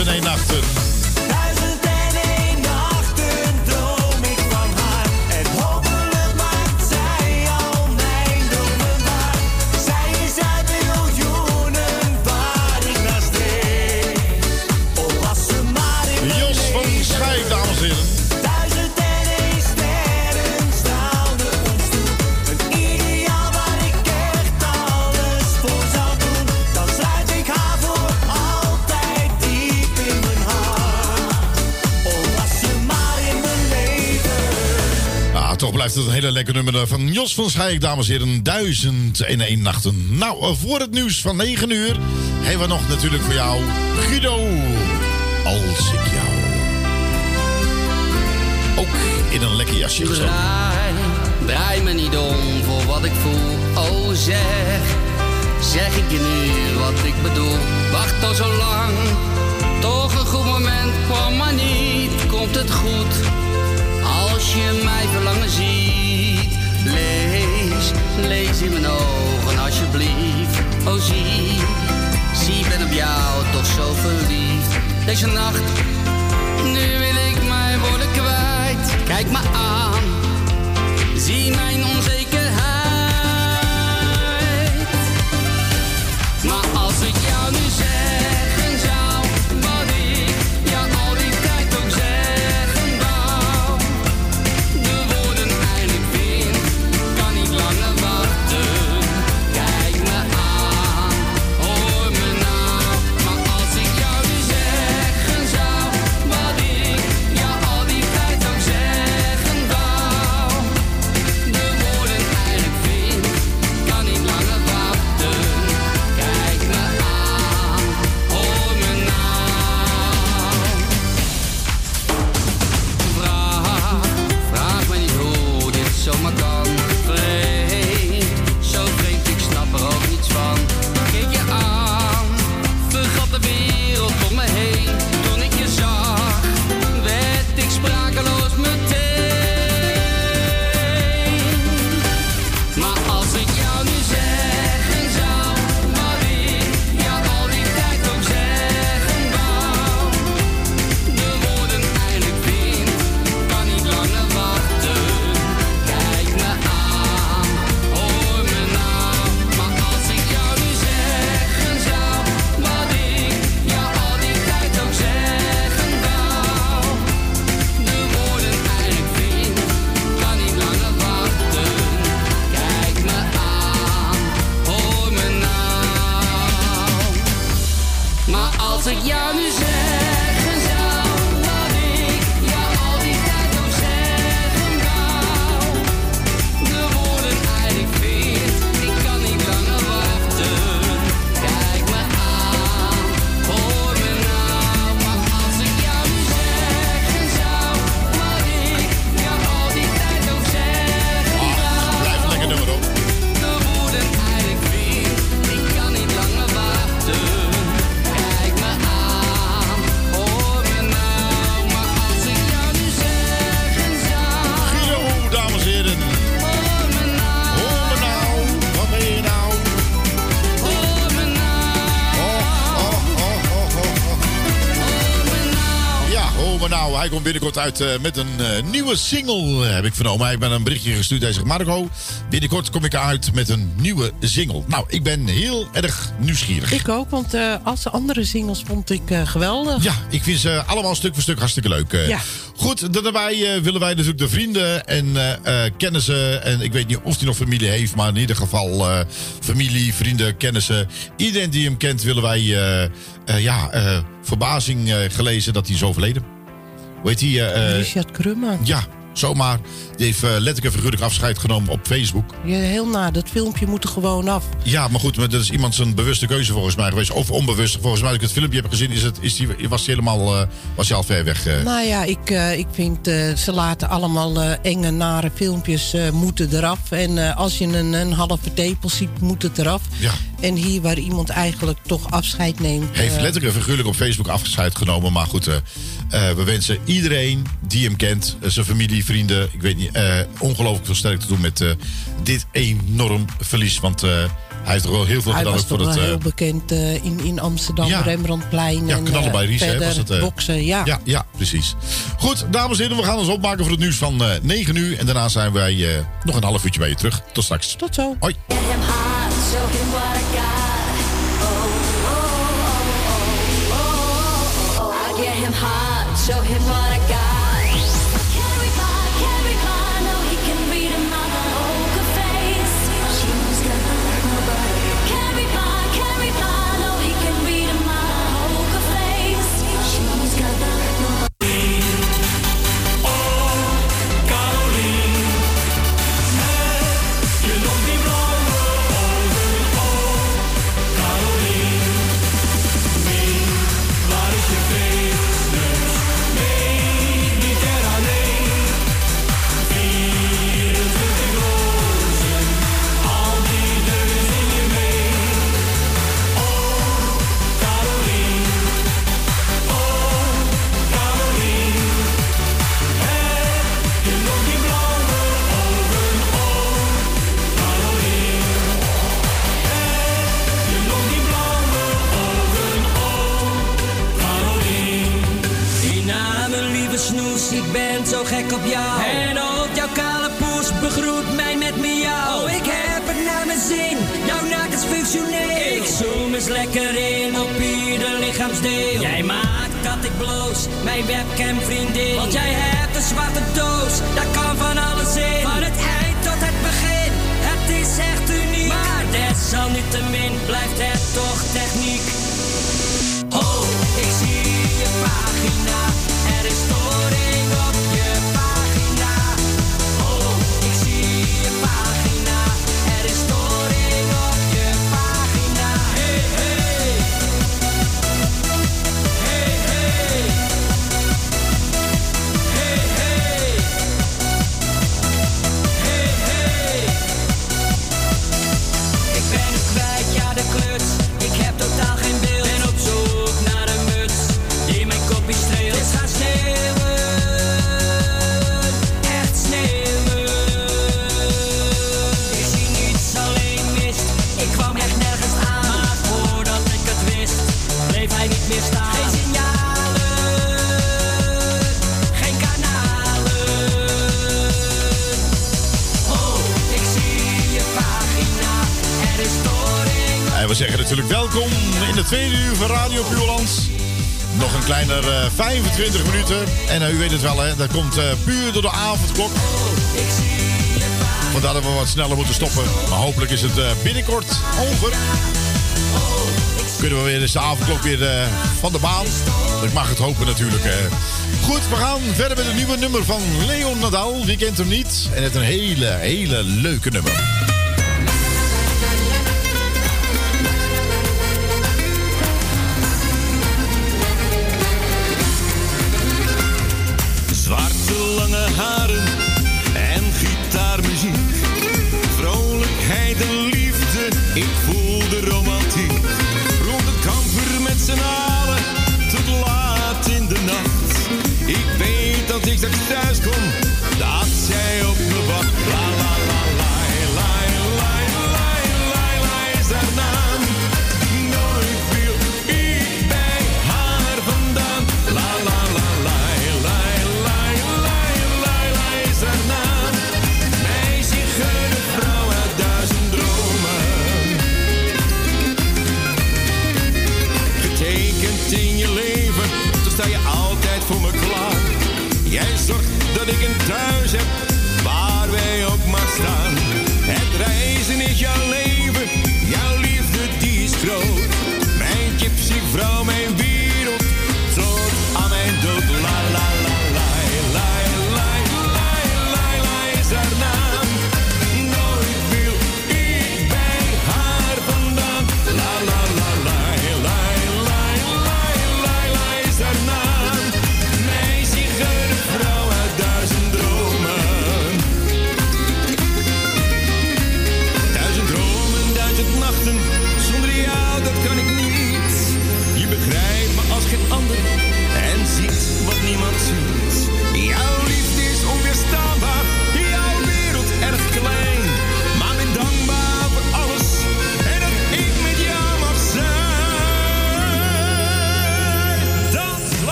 Speaker 5: en één nachten.
Speaker 7: Duizend en één nachten droom ik van haar. En hopelijk maakt zij al mijn dromen waar. Zij is uit miljoenen waar ik naar streef. Oh, was ze maar in mijn
Speaker 5: Jos van Schijk, dames en heren.
Speaker 7: Duizend en één sterren straalden ons toe. Een ideaal waar ik echt alles voor zou doen. Dan sluit ik haar voor altijd diep in mijn hart. Oh, was ze maar in mijn leven.
Speaker 5: Ah, toch blijft het een hele lekker nummer van Jos van Schijk, dames en heren. Duizend en één nachten. Nou, voor het nieuws van negen uur hebben we nog natuurlijk voor jou Guido. Als ik jou ook in een lekker jasje gezet.
Speaker 15: Draai, draai me niet om voor wat ik voel. Oh zeg, zeg ik je nu wat ik bedoel. Wacht al zo lang, toch een goed moment kwam maar niet. Komt het goed, als je mij verlangen ziet. Lees, lees in mijn ogen alsjeblieft. Oh zie, zie ik ben op jou toch zo verliefd. Deze nacht, nu wil ik mijn woorden kwijt. Kijk me aan, zie mijn onzekerheid. Maar als ik jou nu zeggen zou, wat ik jou al die tijd ook zeggen wou. De woorden eindelijk vind, kan niet langer wachten. Kijk me aan, hoor me nou. Maar als ik jou nu zeggen zou, wat ik jou al die tijd ook zeggen wou. De woorden eindelijk vind, kan niet langer wachten. Kijk me aan, hoor me nou. Vraag, vraag me niet hoe dit zomaar kan. Vreemd, zo vreemd, ik snap er ook niets van. Keek je aan, vergat de wereld om me heen. Toen ik je zag, werd ik sprakeloos meteen. Maar als ik jou nu zeggen zou, wat ik jou al die tijd ook zeggen wou. De woorden eindelijk vind, kan niet langer wachten. Kijk me aan, hoor me nou. Maar als ik jou nu zeggen zou, wat ik jou al die tijd ook zeggen wou. De woorden eindelijk vind, kan niet langer wachten. Kijk me aan, hoor me nou. Maar als ik jou nu zeggen zou, wat ik jou al die tijd ook zeggen wou. De woorden eindelijk vind, ik kan niet langer wachten. Kijk me aan, hoor me nou. Maar als ik jou nu zeggen zou, wat ik jou al die tijd ook zeggen wou.
Speaker 5: Blijft een lekker nummer op.
Speaker 15: De woorden eindelijk vind, ik kan niet langer wachten. Kijk me aan, hoor me nou. Maar als ik jou nu zeggen zou,
Speaker 5: Guido, dames en heren.
Speaker 15: hoor me nou.
Speaker 5: Hoor me nou, wat ben je nou?
Speaker 15: Hoor me nou.
Speaker 5: Oh, oh, oh, oh, oh, oh.
Speaker 15: Hoor me nou.
Speaker 5: Ja, hoor me nou. Hij komt binnenkort uit eh, met een eh, nieuwe single, heb ik vernomen. Hij heeft me een berichtje gestuurd. Hij zegt, Marco, binnenkort kom ik uit met een nieuwe single. Nou, ik ben heel erg nieuwsgierig.
Speaker 6: Ik ook, want eh, als de andere singles vond ik eh, geweldig.
Speaker 5: Ja, ik vind ze allemaal stuk voor stuk hartstikke leuk. eh.
Speaker 6: Ja.
Speaker 5: Goed, daarbij eh, willen wij natuurlijk de vrienden en eh, eh, kennissen. En ik weet niet of hij nog familie heeft, maar in ieder geval eh, familie, vrienden, kennissen. Iedereen die hem kent, willen wij eh, eh, ja, eh, verbazing eh, gelezen dat hij is overleden. Hoe heet hij? eh,
Speaker 6: Richard Krumman.
Speaker 5: ja, zomaar. Die heeft eh, letterlijk en figuurlijk afscheid genomen op Facebook.
Speaker 6: Ja, heel na. Dat filmpje moet er gewoon af.
Speaker 5: Ja, maar goed, maar dat is iemand zijn bewuste keuze volgens mij geweest. Of onbewust. Volgens mij, als ik het filmpje heb gezien, is het, is die, was hij helemaal eh, was hij al ver weg. eh.
Speaker 6: Nou ja, ik, eh, ik vind eh, ze laten allemaal eh, enge, nare filmpjes eh, moeten eraf. En eh, als je een, een halve tepel ziet, moet het eraf.
Speaker 5: Ja.
Speaker 6: En hier waar iemand eigenlijk toch afscheid neemt.
Speaker 5: Heeft
Speaker 6: eh,
Speaker 5: letterlijk en figuurlijk op Facebook afscheid genomen. Maar goed, eh, eh, we wensen iedereen die hem kent, eh, zijn familie, vrienden, ik weet niet, eh, ongelooflijk veel sterk te doen met eh, dit enorm verlies. Want eh, Hij heeft toch wel heel veel
Speaker 6: Hij
Speaker 5: gedaan
Speaker 6: was
Speaker 5: ook voor
Speaker 6: toch
Speaker 5: het...
Speaker 6: wel
Speaker 5: uh,
Speaker 6: heel bekend uh, in, in Amsterdam,
Speaker 5: Ja.
Speaker 6: Rembrandtplein.
Speaker 5: Ja,
Speaker 6: en
Speaker 5: knallen bij
Speaker 6: uh,
Speaker 5: Ries, hè,
Speaker 6: verder
Speaker 5: was het, uh,
Speaker 6: boksen, ja.
Speaker 5: Ja, ja, precies. Goed, dames en heren, we gaan ons opmaken voor het nieuws van uh, negen uur. En daarna zijn wij uh, nog een half uurtje bij je terug. Tot straks.
Speaker 6: Tot zo.
Speaker 5: Hoi.
Speaker 15: Get him hot, show him what I got. Carry by, carry by, no he can read in my poker face. She's gonna like nobody. Carry by, carry by, no he can read in my poker face. She's gonna like nobody.
Speaker 7: Oh, Caroline, heb je nog die blauwe ogen? Oh, Caroline, nee, waar is je feest?
Speaker 10: Snoes, ik ben zo gek op jou. En ook jouw kale poes begroet mij met miauw. Oh, ik heb het naar mijn zin, jouw naakt is functioneel. Ik zoom eens lekker in op ieder lichaamsdeel. Jij maakt dat ik bloos, mijn webcam vriendin. Want jij hebt een zwarte doos, daar kan van alles in. Van het eind tot het begin, het is echt uniek. Maar desalniettemin blijft het toch techniek. Oh, ik zie je pagina. Er is storing op je pagina. Oh, ik zie je pagina. Er is storing op je pagina. Hey, hey. Hey, hey. Hey, hey. Hey, hey. Ik ben kwijt, ja de kluts. Ik heb totaal geen beeld. Ben op zoek naar een muts die mijn kopje streelt. Het gaat sneeuwen, echt sneeuwen. Ik zie niets, alleen mist. Ik kwam echt nergens aan, maar voordat ik het wist, bleef hij niet meer staan. Geen signalen, geen kanalen. Oh, ik zie je pagina, er is storing.
Speaker 5: En we zeggen natuurlijk welkom in de tweede uur van Radio Puurland. Nog een kleiner uh, vijfentwintig minuten. En uh, u weet het wel, hè, dat komt uh, puur door de avondklok. Vandaar dat we wat sneller moeten stoppen. Maar hopelijk is het uh, binnenkort over. Kunnen we weer dus de avondklok weer uh, van de baan. Ik mag het hopen natuurlijk. Uh. Goed, we gaan verder met een nieuwe nummer van Leon Nadal. Wie kent hem niet? En het is een hele, hele leuke nummer.
Speaker 16: Zwarte lange haren en gitaarmuziek. Vrolijkheid en liefde, ik voel de romantiek. Rond het kampvuur met z'n allen, tot laat in de nacht. Ik weet dat ik straks thuis kom, dat zij op me wacht. La la la la la la la la la is haar naam. Nooit viel ik bij haar vandaan. La la la la la la la la la is haar naam. Meisje, geurde vrouw uit duizend dromen.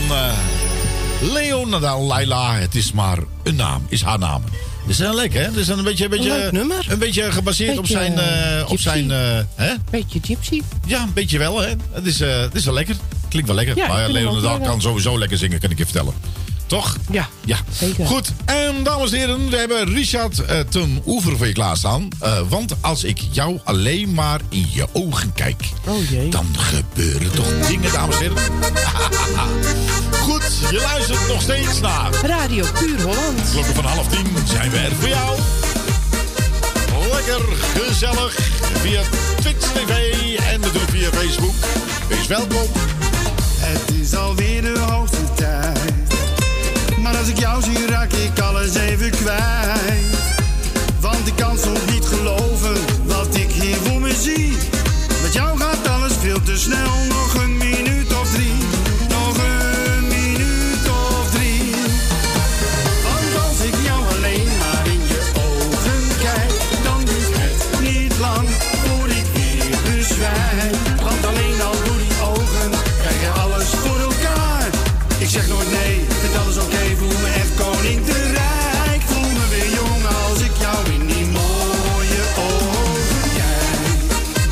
Speaker 5: uh, Leonardo Laila. Het is maar een naam, is haar naam. Dat is wel lekker, hè? Dat is een beetje, een beetje,
Speaker 6: Leuk nummer.
Speaker 5: Een beetje gebaseerd
Speaker 6: Beetje,
Speaker 5: op zijn... Uh, op zijn uh, hè?
Speaker 6: Beetje gypsy.
Speaker 5: Ja, een beetje wel, hè? Het is, uh, het is wel lekker. Klinkt wel lekker.
Speaker 6: Ja,
Speaker 5: maar
Speaker 6: ik vind hem ook
Speaker 5: Leonardo
Speaker 6: wel,
Speaker 5: kan sowieso lekker zingen, kan ik je vertellen. Toch?
Speaker 6: Ja,
Speaker 5: ja.
Speaker 6: zeker.
Speaker 5: Goed, en dames en heren, we hebben Richard uh, ten Oever voor je klaarstaan. Uh, want als ik jou alleen maar in je ogen kijk...
Speaker 6: Oh jee.
Speaker 5: Dan gebeuren toch dingen, dames en heren. Goed, je luistert nog steeds naar...
Speaker 6: Radio Puur Holland.
Speaker 5: Klokken van half tien zijn we er voor jou. Lekker gezellig via Twitch T V en natuurlijk via Facebook. Wees welkom.
Speaker 17: Het is alweer de hoogste tijd. Maar als ik jou zie, raak ik alles even kwijt. Want ik kan soms niet geloven wat ik hier voor me zie. Met jou gaat alles veel te snel. Nog een minuut of drie. Nog een minuut of drie. Want als ik jou alleen maar in je ogen kijk, dan duurt het niet lang voor ik weer bezwijk. Want alleen al door die ogen krijg je alles voor elkaar. Ik zeg nooit nee, vind alles oké, okay, voel me echt koning te rijk. Voel me weer jong als ik jou in die mooie ogen kijk.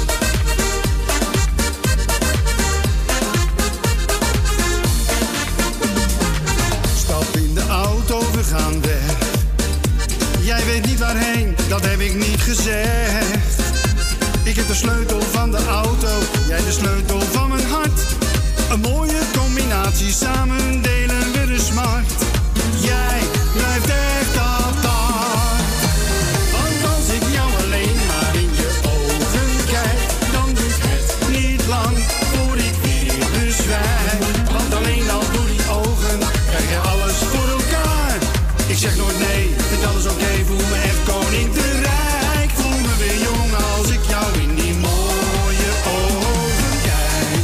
Speaker 17: Stap in de auto, we gaan weg. Jij weet niet waarheen, dat heb ik niet gezegd. Ik heb de sleutel van de auto, jij de sleutel van mijn hart. Een mooie combinatie, samen delen we de smart. Jij blijft echt apart. Want als ik jou alleen maar in je ogen kijk, dan duurt het niet lang voor ik weer bezwijk. Want alleen al door die ogen krijg je alles voor elkaar. Ik zeg nooit nee, vind alles oké, okay, voel me echt koning te rijk. Voel me weer jong als ik jou in die mooie ogen kijk.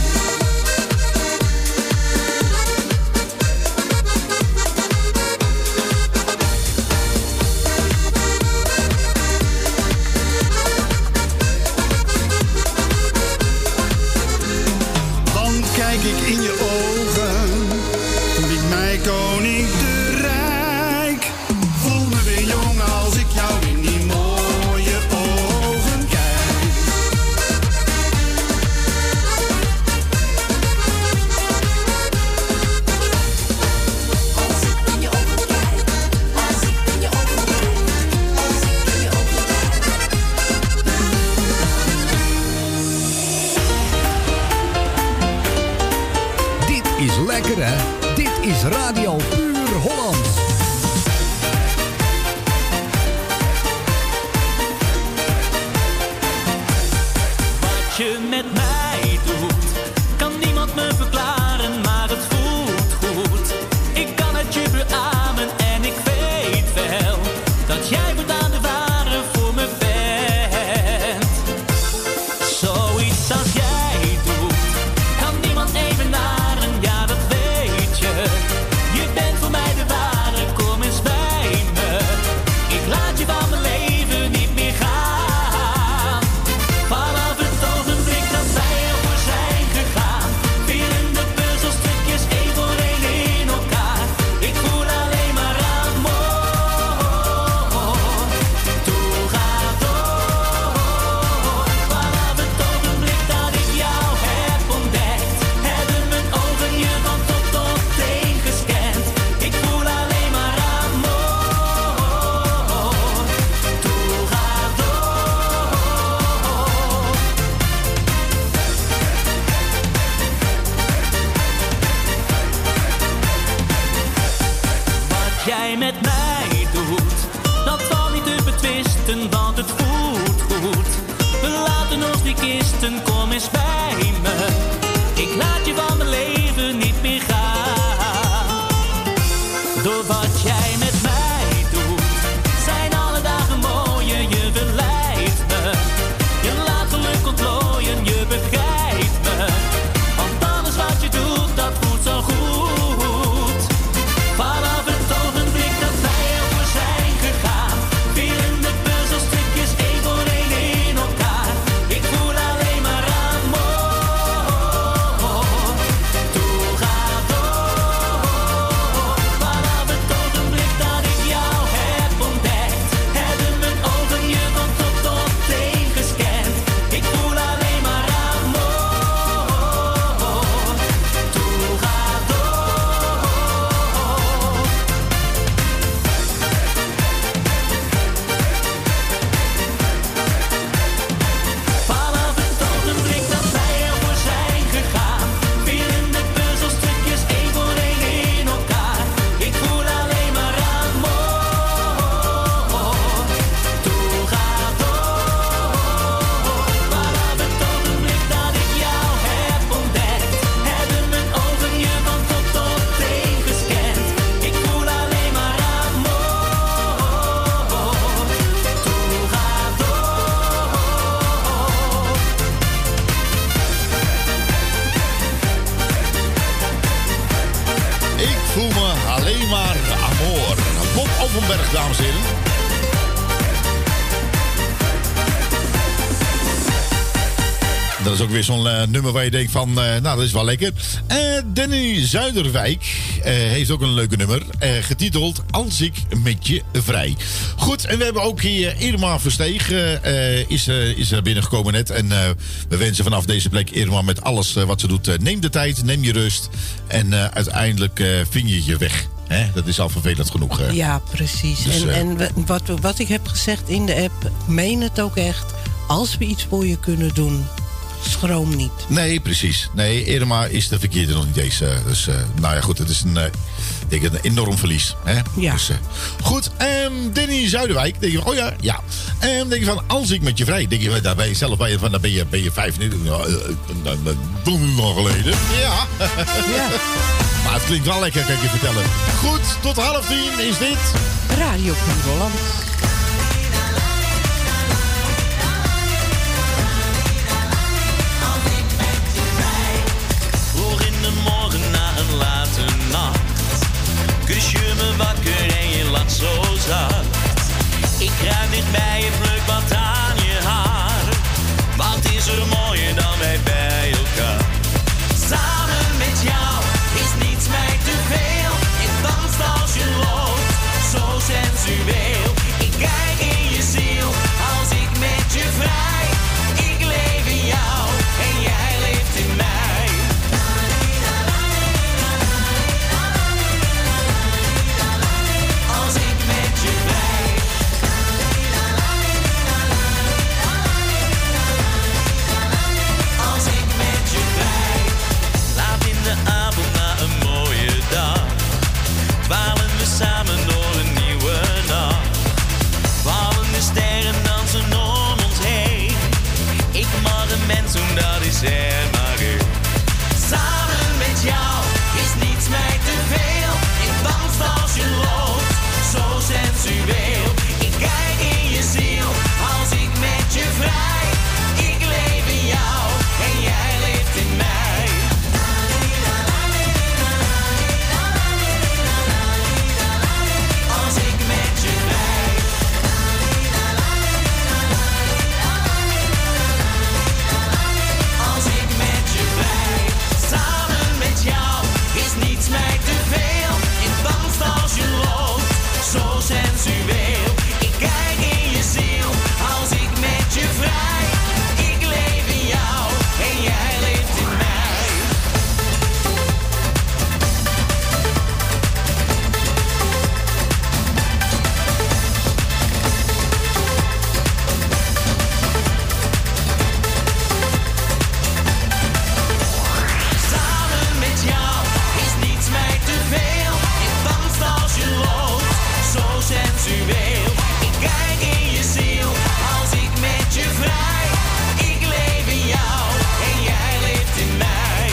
Speaker 17: Want kijk ik in je ogen, voel ik mij koning te rijk. Voel me weer jong als ik jou in die mooie ogen kijk. Als ik in je ogen kijk, als ik in je ogen kijk, als ik in je ogen
Speaker 14: Dit is lekker, hè? Dit is Radio Puur Holland.
Speaker 15: Wat je met mij doet, kan niemand me verklaren, maar het voelt goed. Ik kan het je beamen en ik weet wel dat jij voortaan de ware voor me bent. Zoiets als jij doet, kan niemand evenaren, ja dat weet je. Je bent voor mij de ware, kom eens bij me. Ik laat je van mijn leven niet meer gaan. Vanaf het ogenblik dat wij ervoor zijn gegaan, vielen de puzzelstukjes één voor één in elkaar. Ik voel alleen maar amor. Toe ga door. Vanaf het ogenblik dat ik jou heb ontdekt, hebben mijn ogen je van top tot teen gescand. Ik voel alleen maar amor. Toe ga door. Wat jij met mij doet, dat valt niet te betwisten, want het voelt goed. We laten ons die kisten, kom eens bij me. Ik laat je van mijn leven niet meer gaan. Door wat jij met mij doet, zijn alle dagen mooie, je verleidt me. Je laat geluk ontplooien, je begrijpt me. Want alles wat je doet, dat voelt zo goed. Vanaf het ogenblik dat wij ervoor zijn gegaan, vielen de puzzelstukjes één
Speaker 5: van Berg, dames en heren. Dat is ook weer zo'n uh, nummer waar je denkt van, uh, nou, dat is wel lekker. Uh, Danny Zuiderwijk uh, heeft ook een leuke nummer. Uh, getiteld Als ik met je vrij. Goed, en we hebben ook hier Irma Versteeg. Uh, is, uh, is er binnengekomen net. En uh, we wensen vanaf deze plek Irma met alles uh, wat ze doet. Uh, neem de tijd, neem je rust. En uh, uiteindelijk uh, vind je je weg. Hè? Dat is al vervelend genoeg. Uh.
Speaker 6: Ja, precies.
Speaker 5: Dus,
Speaker 6: en
Speaker 5: uh,
Speaker 6: en wat, wat ik heb gezegd in de app, meen het ook echt. Als we iets voor je kunnen doen, schroom niet.
Speaker 5: Nee, precies. Nee, Irma is de verkeerde nog niet eens. Uh, dus, uh, nou ja, goed, het is een, uh, denk ik, een enorm verlies. Hè?
Speaker 6: Ja.
Speaker 5: Dus, uh, goed, um, Danny Zuiderwijk. Denk je van, oh ja, ja. Um, denk je van, als ik met je vrij. Denk je, daar ben je zelf, ben je, van, dan ben je, ben je vijf minuten. Uh, uh, uh, donderdag geleden. Ja.
Speaker 6: Ja.
Speaker 5: Maar het klinkt wel lekker, kan ik je vertellen. Goed, tot half tien is dit
Speaker 6: Radio Puurholland.
Speaker 7: Kus je me wakker en je lacht zo zacht. Ik kruip dichtbij je, pluk wat aan je haar. Wat is er mooier dan wij bij elkaar? Samen met jou is niets mij te veel. Ik dans als je loopt, zo sensueel. Ik kijk in je ziel als ik met je vrij. Ik leef in jou en jij leeft in mij. Samen door een nieuwe nacht. Vallende sterren dansen om ons heen. Ik mag een mens doen, dat is er maar één. Samen met jou is niets mij te veel. Ik dans als je loopt, zo sensueel. Ik kijk in je ziel als ik met je vrij. Ik leef in jou en jij leeft in mij. Sensueel, ik kijk in je ziel als ik met je vrij. Ik leef in jou en jij leeft in mij. Samen met jou is niets mij te veel. Ik dans als je loopt, zo sensueel. Ik kijk in je ziel als ik met je vrij. Ik leef in jou en jij leeft in mij.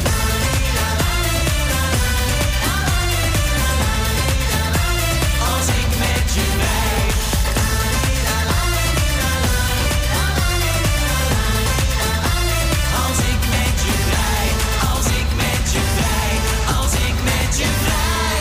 Speaker 7: Als ik met je vrij. Als ik met je vrij. Als ik met je vrij. Als ik met je vrij.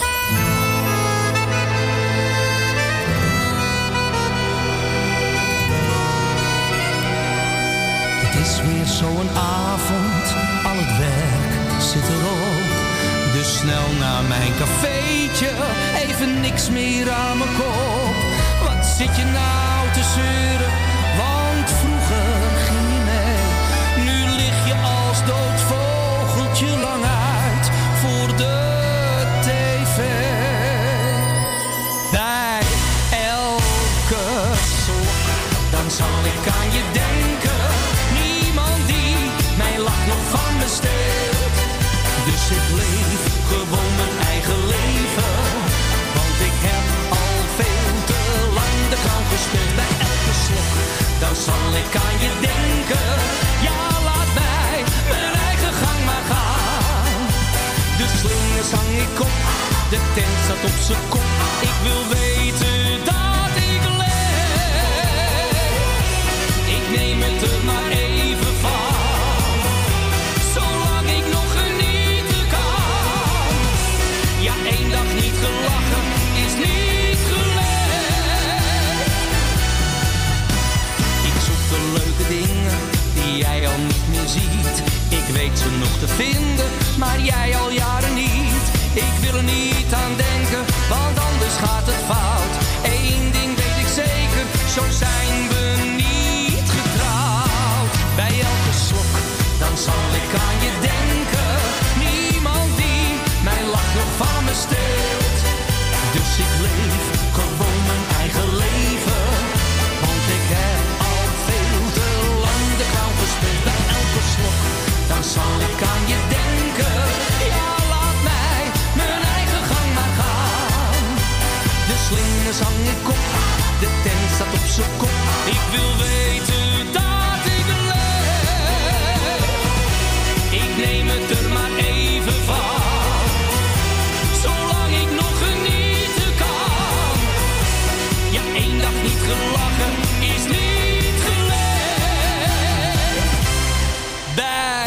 Speaker 10: Het is weer zo'n avond, al het werk zit erop. Dus snel naar mijn cafeetje, even niks meer aan mijn kop. Wat zit je nou te zeuren, want vroeger ging je mee. Nu lig je als dood vogeltje lang uit voor de tv. Bij elke slok, dan zal ik aan je denken. Mijn lach nog van me steelt. Dus ik leef gewoon mijn eigen leven. Want ik heb al veel te lang de krant gespeeld. Bij elke slok, dan zal ik aan je denken. Ja, laat mij mijn eigen gang maar gaan. De slingers hang ik op, de tent staat op z'n kop. Ik wil weten dat ik leef. Ik neem het er maar even van. Ja, één dag niet gelachen is niet hang ik op, de tent staat op z'n kop. Ik wil weten dat ik leef. Ik neem het er maar even van, zolang ik nog genieten kan. Ja, één dag niet gelachen is niet geleefd. Bij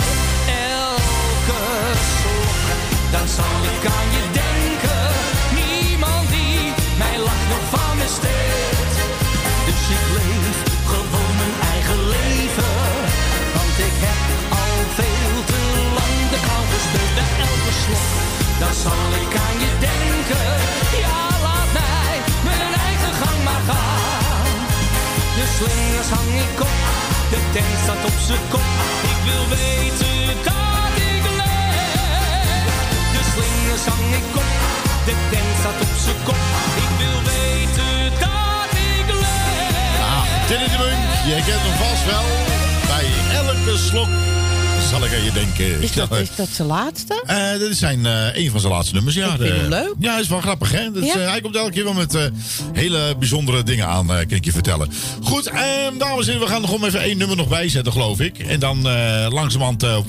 Speaker 10: elke slok, dan zal ik aan je denken. Niemand die mij lacht nog van me steekt. Dus ik leef gewoon mijn eigen leven, want ik heb al veel te lang de kou gespeeld. Bij elke slok, dan zal ik aan je denken. Ja, laat mij mijn eigen gang maar gaan. De slingers hang ik op, de tent staat op z'n kop. Ik wil weten dat ik leef. De slingers hang ik op, de tent staat op z'n kop. Ik wil weten dat ik leef.
Speaker 5: Ah, Tilly de Munk, je kent hem vast wel. Bij elke slok zal ik aan je denken.
Speaker 6: Is dat, is dat zijn laatste?
Speaker 5: Uh, dat zijn uh, een van zijn laatste nummers, ja.
Speaker 6: Ik vind hem
Speaker 5: De-
Speaker 6: leuk.
Speaker 5: Ja, is wel grappig, hè? Dat is,
Speaker 6: Ja.
Speaker 5: uh, hij komt elke keer wel met uh, hele bijzondere dingen aan, uh, kan ik je vertellen. Goed, uh, dames en heren, we gaan er gewoon even één nummer nog bijzetten, geloof ik. En dan uh, langzamerhand uh,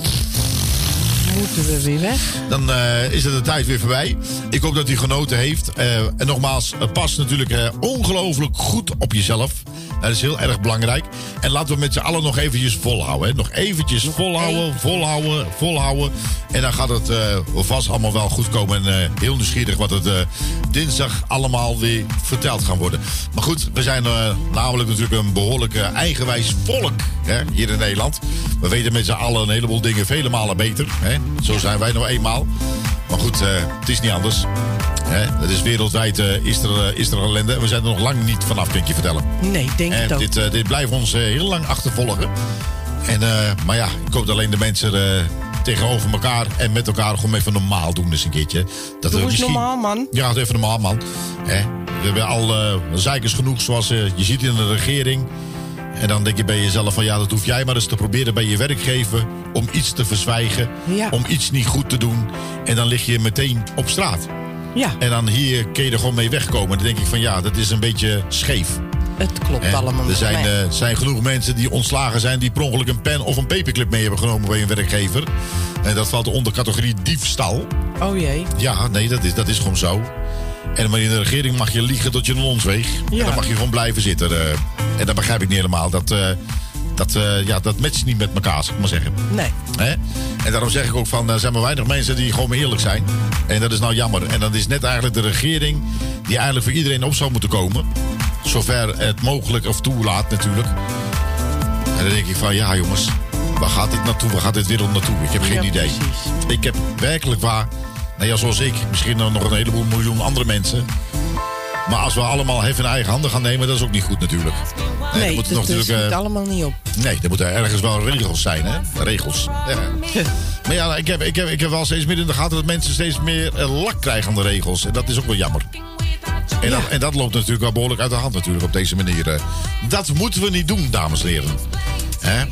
Speaker 6: Moeten we weer weg?
Speaker 5: dan uh, is het de tijd weer voorbij. Ik hoop dat u genoten heeft. Uh, en nogmaals, uh, pas natuurlijk uh, ongelooflijk goed op jezelf. Dat is heel erg belangrijk. En laten we met z'n allen nog eventjes volhouden. Hè. Nog eventjes volhouden, volhouden, volhouden. En dan gaat het uh, vast allemaal wel goed komen. En uh, heel nieuwsgierig wat het uh, dinsdag allemaal weer verteld gaan worden. Maar goed, we zijn uh, namelijk natuurlijk een behoorlijk uh, eigenwijs volk hè, hier in Nederland. We weten met z'n allen een heleboel dingen vele malen beter. Hè. Zo zijn wij nou eenmaal. Maar goed, uh, het is niet anders. Hè. Het is wereldwijd uh, is, er, uh, is er ellende. We zijn er nog lang niet vanaf, kan ik je vertellen.
Speaker 6: Nee, denk
Speaker 5: En
Speaker 6: het ook.
Speaker 5: dit, uh, dit blijft ons uh, heel lang achtervolgen. En, uh, maar ja, ik hoop dat alleen de mensen uh, tegenover elkaar en met elkaar gewoon even normaal doen eens een keertje. Dat
Speaker 6: Doe
Speaker 5: we
Speaker 6: eens normaal, man.
Speaker 5: Ja, doe even normaal, man. Hè? We hebben al uh, zeikers genoeg zoals uh, je ziet in de regering. En dan denk je bij jezelf van ja, dat hoef jij maar eens te proberen bij je werkgever om iets te verzwijgen,
Speaker 6: Ja.
Speaker 5: om iets niet goed te doen. En dan lig je meteen op straat.
Speaker 6: Ja,
Speaker 5: En dan hier kun je er gewoon mee wegkomen. Dan denk ik van ja, dat is een beetje scheef.
Speaker 6: het klopt
Speaker 5: Hè?
Speaker 6: allemaal.
Speaker 5: Er zijn,
Speaker 6: Nee.
Speaker 5: eh, zijn genoeg mensen die ontslagen zijn die per ongeluk een pen of een paperclip mee hebben genomen bij een werkgever. En dat valt onder categorie diefstal.
Speaker 6: Oh jee.
Speaker 5: Ja, nee, dat is, dat is gewoon zo. En maar in de regering mag je liegen tot je een ons weegt.
Speaker 6: Ja.
Speaker 5: En dan mag je gewoon blijven zitten. eh. En dat begrijp ik niet helemaal. Dat, eh, dat, eh, ja, dat matcht niet met elkaar, zal ik maar zeggen.
Speaker 6: Nee.
Speaker 5: Hè? En daarom zeg ik ook van, er zijn maar weinig mensen die gewoon maar eerlijk zijn. En dat is nou jammer. En dat is net eigenlijk de regering die eigenlijk voor iedereen op zou moeten komen. Zover het mogelijk of toelaat natuurlijk. En dan denk ik van, ja jongens, waar gaat dit naartoe? Waar gaat dit wereld naartoe? Ik heb geen
Speaker 6: Ja,
Speaker 5: idee.
Speaker 6: precies.
Speaker 5: Ik heb werkelijk waar, nou ja, zoals ik, misschien nog een heleboel miljoen andere mensen. Maar als we allemaal hef in eigen handen gaan nemen, dat is ook niet goed natuurlijk.
Speaker 6: Nee,
Speaker 5: dan moet het
Speaker 6: dat
Speaker 5: nog
Speaker 6: is
Speaker 5: natuurlijk, eh,
Speaker 6: allemaal niet op.
Speaker 5: Nee, er moeten ergens wel regels zijn, hè? Regels. Ja. Maar ja, ik heb, ik, heb, ik heb wel steeds meer in de gaten dat mensen steeds meer eh, lak krijgen aan de regels. En dat is ook wel jammer. En, dat, en dat loopt natuurlijk wel behoorlijk uit de hand natuurlijk op deze manier. eh. Dat moeten we niet doen, dames en heren. Hè?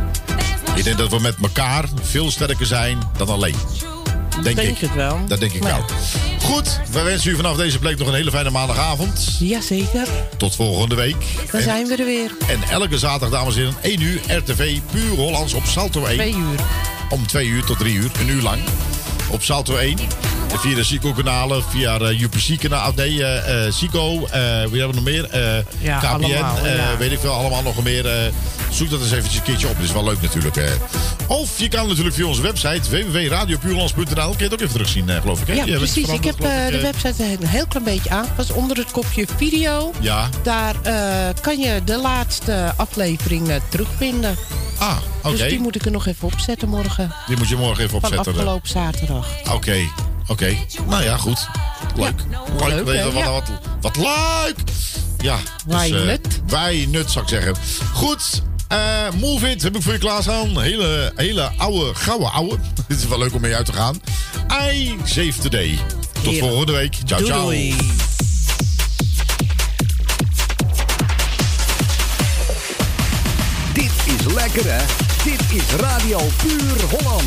Speaker 5: Ik denk dat we met elkaar veel sterker zijn dan alleen. Denk,
Speaker 6: Denk
Speaker 5: ik.
Speaker 6: het wel.
Speaker 5: Dat denk ik
Speaker 6: Maar
Speaker 5: wel. Goed, wij wensen u vanaf deze plek nog een hele fijne maandagavond.
Speaker 6: Jazeker.
Speaker 5: Tot volgende week.
Speaker 6: Dan
Speaker 5: En-
Speaker 6: zijn we er weer.
Speaker 5: en elke zaterdag, dames en heren, één uur R T V Puur Hollands op Salto één.
Speaker 6: Twee uur.
Speaker 5: Om twee uur tot drie uur, een uur lang. Op Salto één. En via de Zico-kanalen, via de U P C-kanaal. Nee, uh, uh, Zico, uh, wie hebben we nog meer? Uh,
Speaker 6: Ja,
Speaker 5: K P N,
Speaker 6: allemaal,
Speaker 5: eh,
Speaker 6: ja.
Speaker 5: weet ik veel, allemaal nog meer. Uh, zoek dat eens eventjes een keertje op, dat is wel leuk natuurlijk. Uh. Of je kan natuurlijk via onze website w w w punt radio puurhollands punt n l. Kun je het ook even terugzien, uh, geloof ik. Hè?
Speaker 6: Ja,
Speaker 5: Je hebt het
Speaker 6: precies. Ik heb
Speaker 5: veranderd,
Speaker 6: eh,
Speaker 5: geloof
Speaker 6: de
Speaker 5: ik, uh.
Speaker 6: website een heel klein beetje aangepast. Onder het kopje video.
Speaker 5: Ja.
Speaker 6: Daar eh, kan je de laatste aflevering eh, terugvinden.
Speaker 5: Ah, oké.
Speaker 6: Dus die moet ik er nog even opzetten morgen.
Speaker 5: Die moet je morgen even
Speaker 6: Van
Speaker 5: opzetten.
Speaker 6: afgelopen zaterdag.
Speaker 5: Oké, oké. Nou ja, goed. Leuk. Leuk,
Speaker 6: leuk,
Speaker 5: weet je,
Speaker 6: hè?
Speaker 5: wat,
Speaker 6: Ja.
Speaker 5: wat, wat leuk! Ja.
Speaker 6: Wij
Speaker 5: eh,
Speaker 6: nut.
Speaker 5: Wij nut, zou ik zeggen. Goed. eh Move It heb ik voor je klaarstaan. Hele, hele oude, gouden oude. Dit is wel leuk om mee uit te gaan. I Save the Day. Tot
Speaker 6: Heerlijk.
Speaker 5: volgende week. Ciao,
Speaker 6: Doei,
Speaker 5: ciao.
Speaker 6: doei.
Speaker 14: Dit is lekker, hè? Dit is Radio Puur Holland.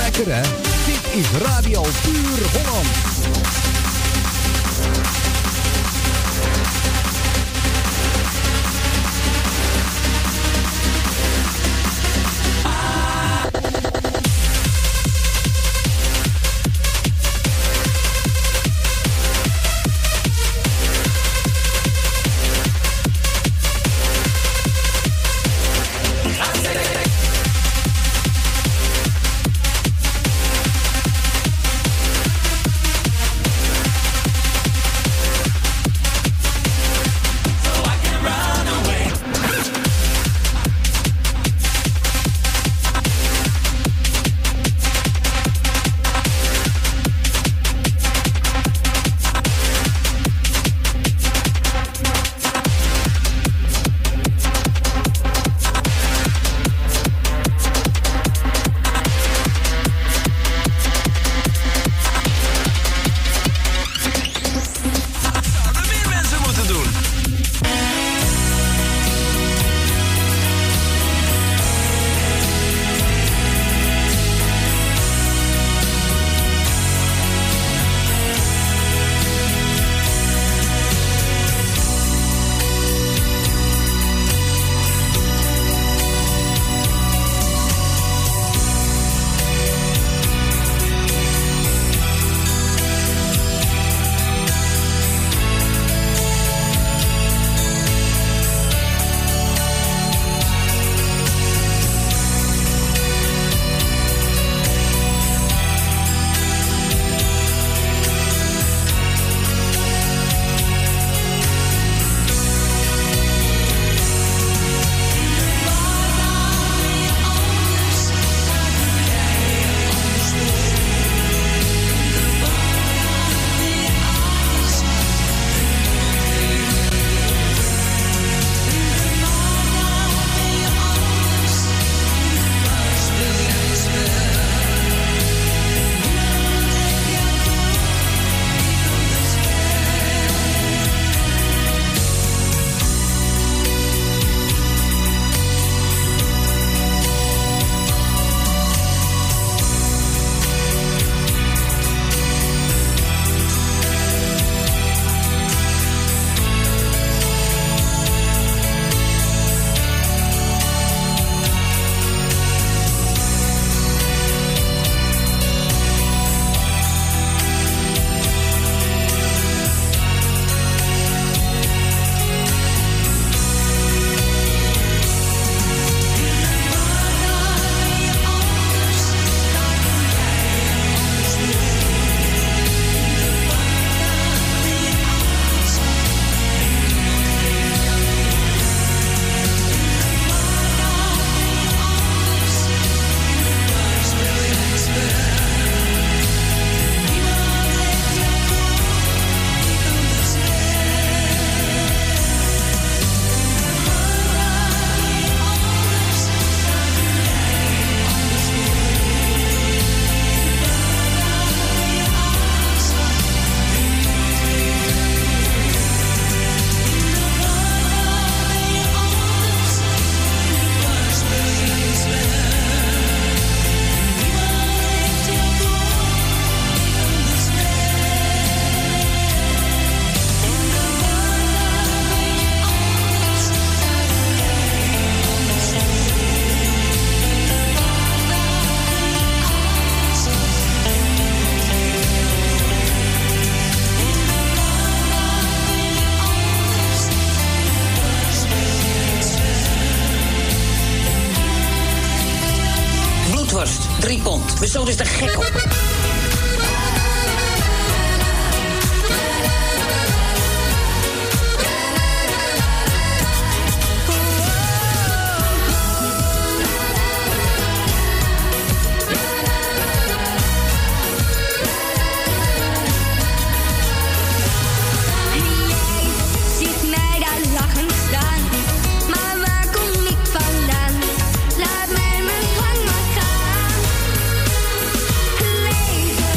Speaker 14: lekker hè? Dit is Radio Puur Holland.
Speaker 18: drie pond. Mijn zoon is er gek op.
Speaker 15: Laat mij mijn gang maar gaan. Leven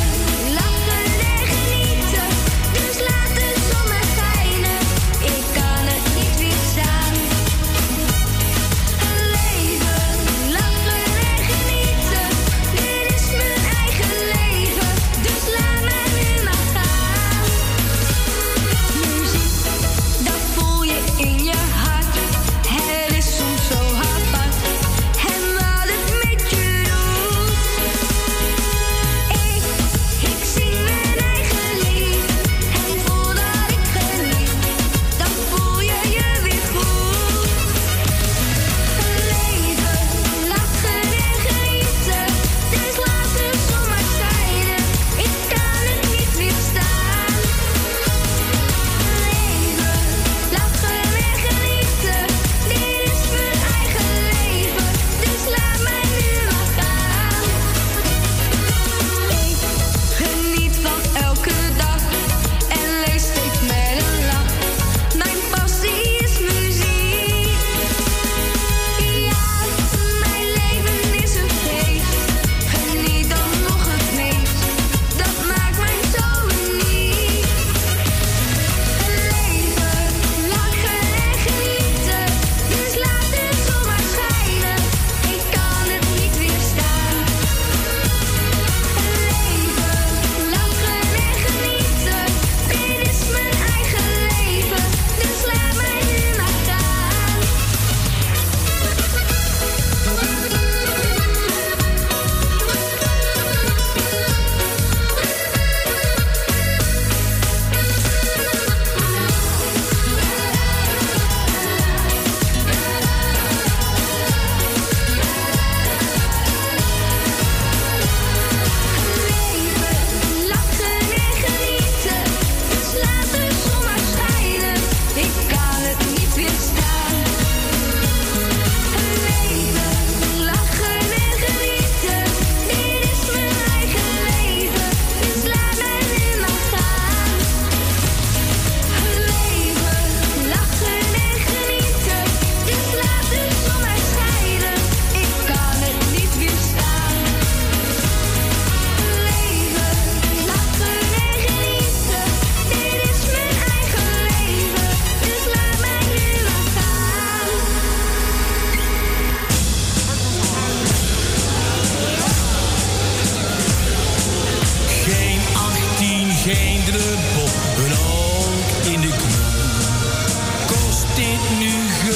Speaker 10: geen druppel rook in de kroeg. Kost dit nu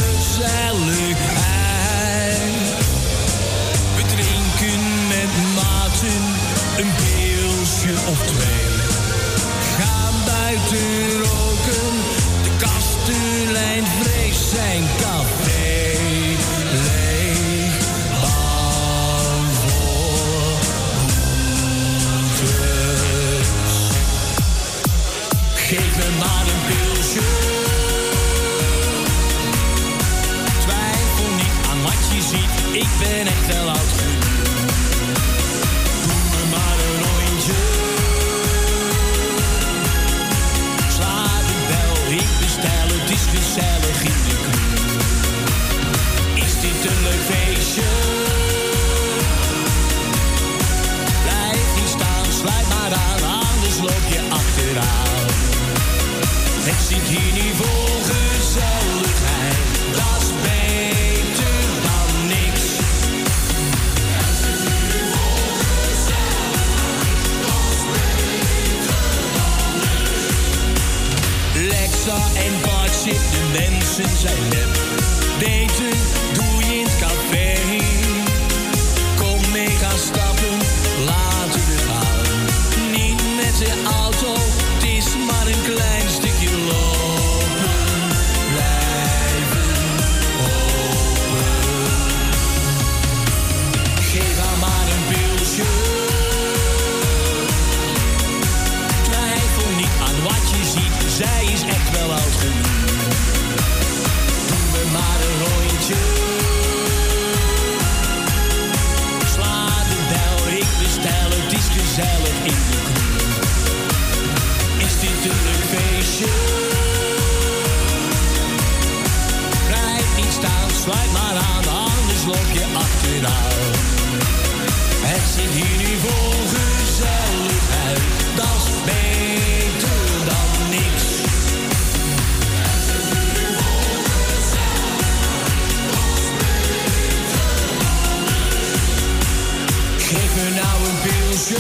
Speaker 10: gezelligheid? We drinken met maten een pilsje of twee. Gaan buiten roken, de kastelein vreest zijn café leeg. Bang voor boetes. Geef me maar een pilsje. Twijfel niet aan wat je ziet, ik ben echt wel oud genoeg. Doe me maar een rondje. Sla de bel, ik bestel, het is gezellig in de kroeg. Is dit een leuk feestje? Blijf niet staan, sluit maar aan, anders loop je achteraan. Het zit hier niet vol gezelligheid, dat is beter dan niks. Het zit hier niet vol gezelligheid, dat is beter dan niks. Lexa en Bart zitten, mensen zijn nep. Daten doe je in het café. Kom mee gaan stappen, laten we gaan. Niet met de auto, het is maar een klein stukje lopen. Blijven open. Geef haar maar een pilsje. Twijfel niet aan wat je ziet, zij is echt wel oud genoeg. Doe me maar een rondje. Sla de bel, ik bestel, het is gezellig in de kroeg. Is dit een leuk feestje? Blijf niet staan, sluit maar aan, anders loop je achteraan. Het zit hier nu vol gezelligheid, dat is beter dan niks. Het zit hier nu vol gezelligheid, dat is beter dan niks. Geef me nou een pilsje.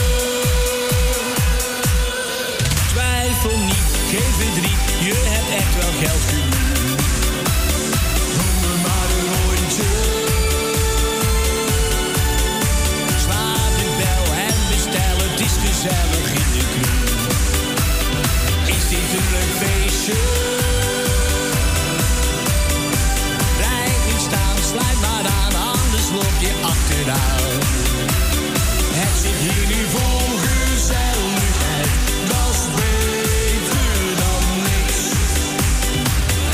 Speaker 10: Twijfel niet, geen verdriet, je hebt echt wel geld genoeg. Doe me maar een rondje. Sla de bel en bestel, het is gezellig in de kroeg. Is dit een leuk feestje? Blijf niet staan, sluit maar aan, anders loop je achteraan. Het zit hier nu vol gezelligheid, dat is beter dan niks.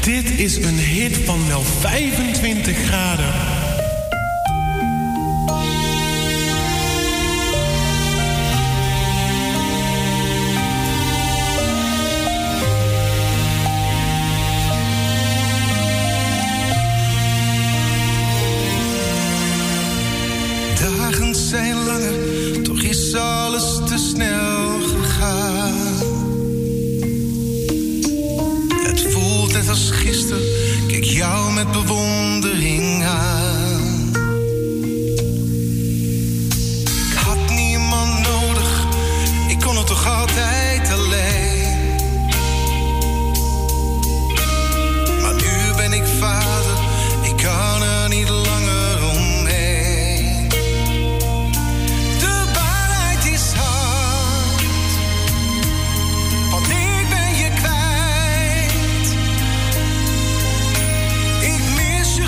Speaker 19: Dit is een hit van wel vijfentwintig graden.
Speaker 20: Dagen zijn langer, toch is alles te snel gegaan. Het voelt net als gisteren, kijk jou met bewondering aan. Ik had niemand nodig, ik kon het toch altijd alleen. Maar nu ben ik vader, ik kan er niet langer omheen. De waarheid is hard, want ik ben je kwijt. Ik mis je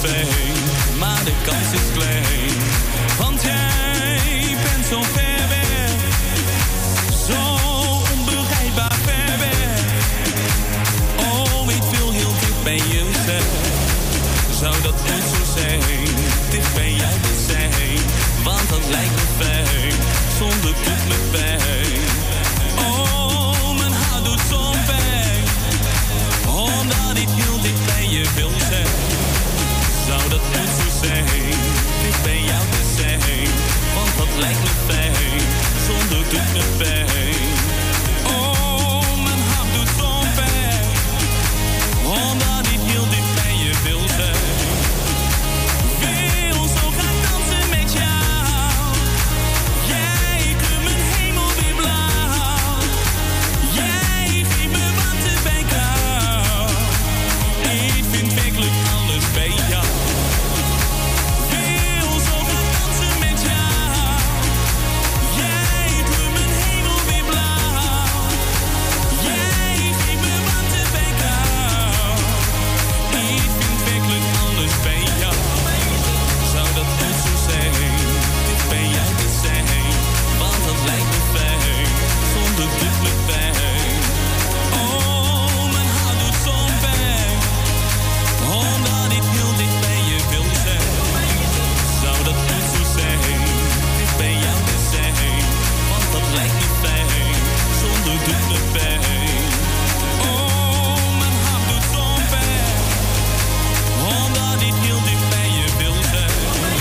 Speaker 15: fijn, maar de kans is klein. Want jij bent zo ver weg, zo onbereikbaar ver weg. Oh, ik wil heel dicht bij je zijn. Zou dat ooit zo zijn, dicht bij jou te zijn? Want dat lijkt me fijn, zonder doet me pijn. Oh, mijn hart doet zo'n pijn, omdat ik heel dicht bij je wil zijn. Zou dat ooit zo zijn, dicht bij jou te zijn? Want dat lijkt me fijn, zonder doet me pijn. Oh, mijn hart doet zo'n pijn, omdat ik heel dicht bij je wil zijn. Wil zo graag dansen met jou. Jij kleurt mijn hemel weer blauw. Jij geeft me warmte bij kou. Ik vind werkelijk alles bij jou. Wil zo graag dansen met jou. Jij kleurt mijn hemel weer blauw. Jij geeft me warmte bij kou. Ik vind werkelijk alles bij jou. Zou dat ooit zo zijn, dicht bij jou te zijn? Want dat lijkt me fijn, zonder doet me pijn. Oh, mijn hart doet zo'n pijn, omdat ik heel dicht bij je wil zijn. Zou dat ooit zo zijn, dicht bij jou te zijn? Want dat lijkt me fijn, zonder doet me pijn. Oh, mijn hart doet zo'n pijn, omdat ik heel dicht bij je wil zijn.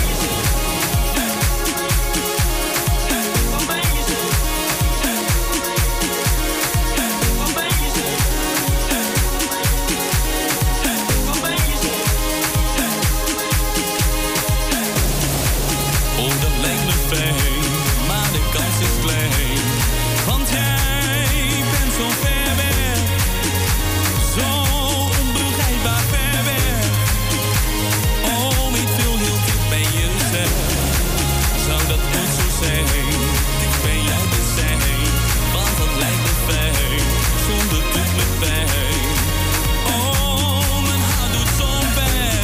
Speaker 15: Oh, dat lijkt me fijn, maar de kans is klein. Want jij bent zo ver weg, zo onbegrijpbaar ver weg. Oh, ik wil heel dicht bij je zijn. Zou dat ooit zo zijn, dicht bij jou te zijn? Want dat lijkt me fijn, zonder doet me pijn. Oh, mijn hart doet zo'n pijn,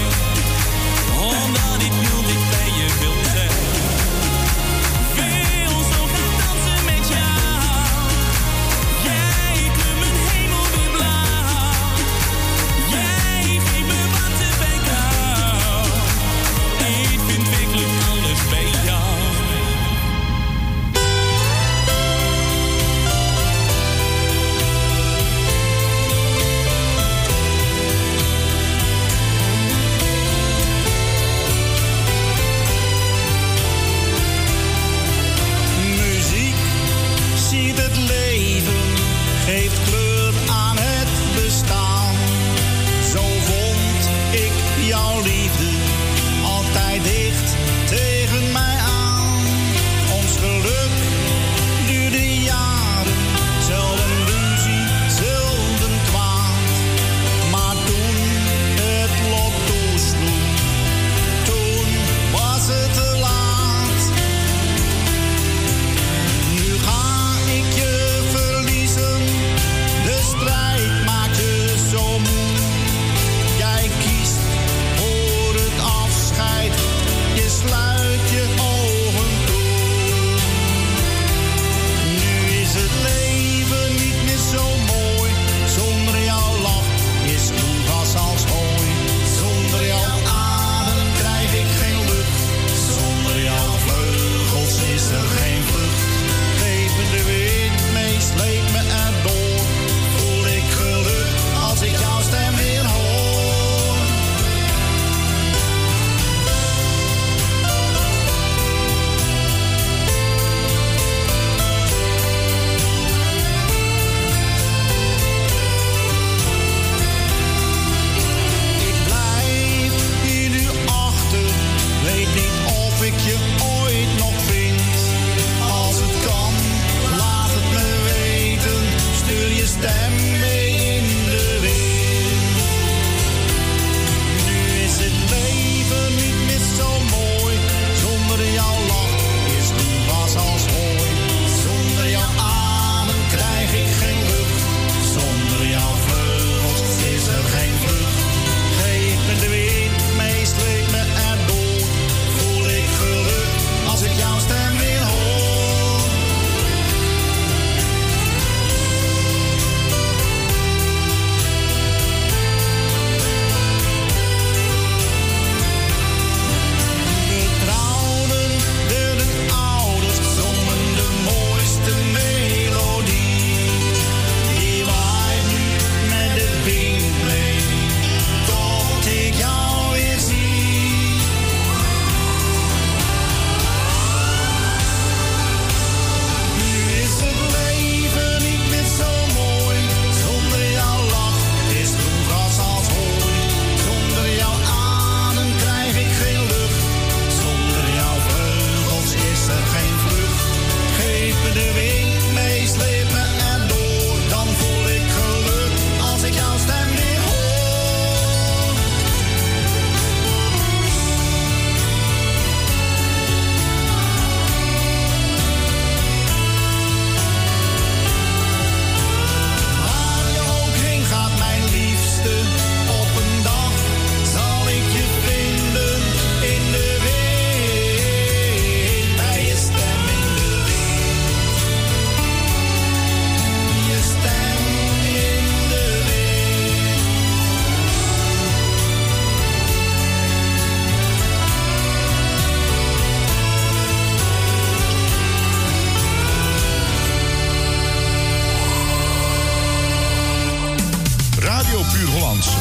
Speaker 15: omdat ik heel dicht bij je wil zijn. Wil zo graag dansen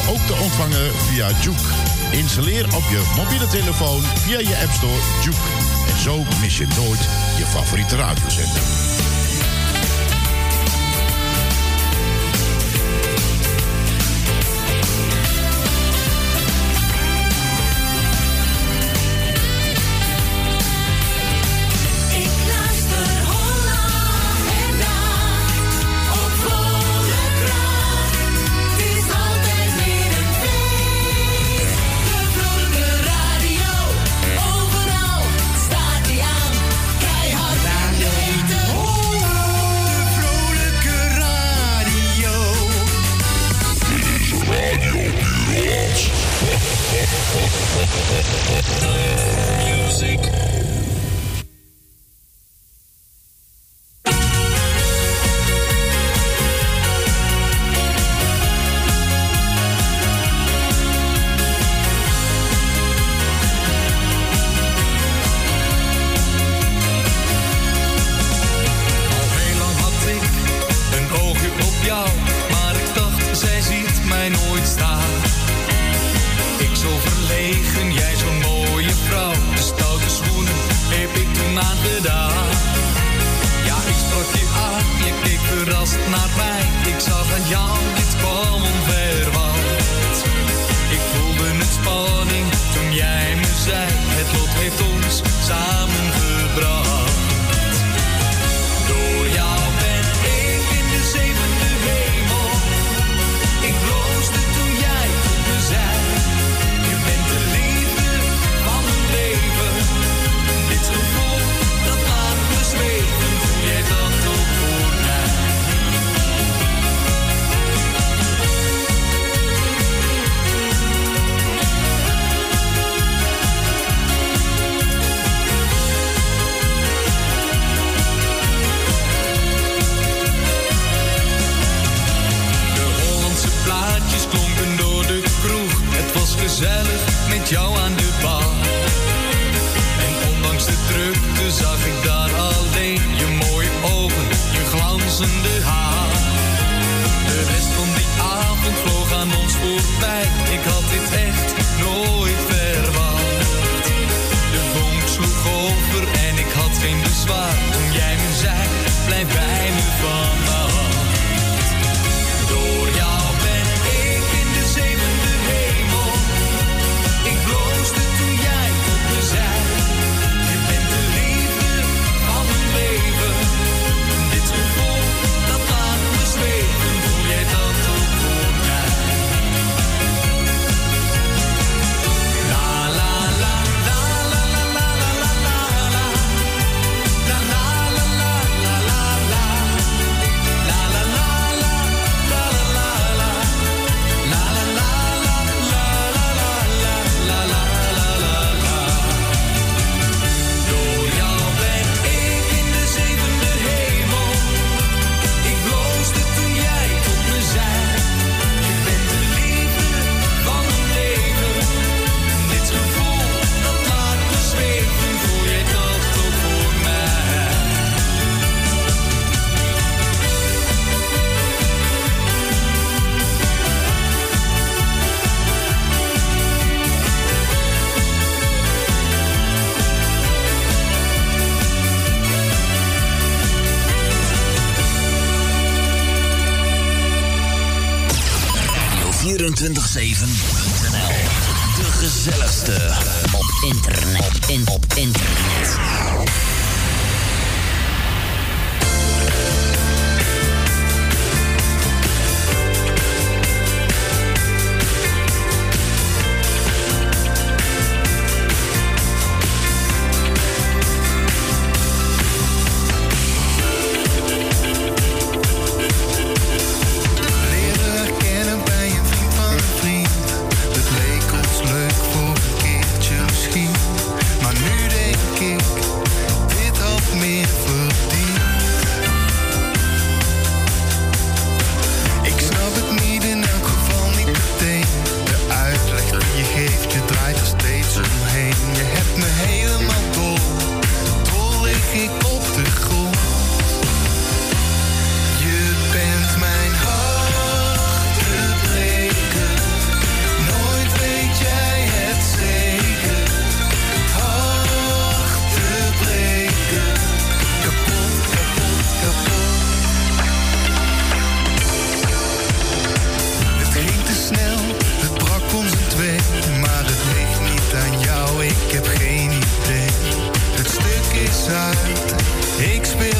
Speaker 5: ook te ontvangen via Juke. Installeer op je mobiele telefoon via je App Store Juke. En zo mis je nooit je favoriete radiozender.
Speaker 21: vierentwintig zeven punt n l. De gezelligste op internet. Op, in, op internet.
Speaker 20: Leuk voor een keertje misschien, maar nu denk ik is uit. Ik speel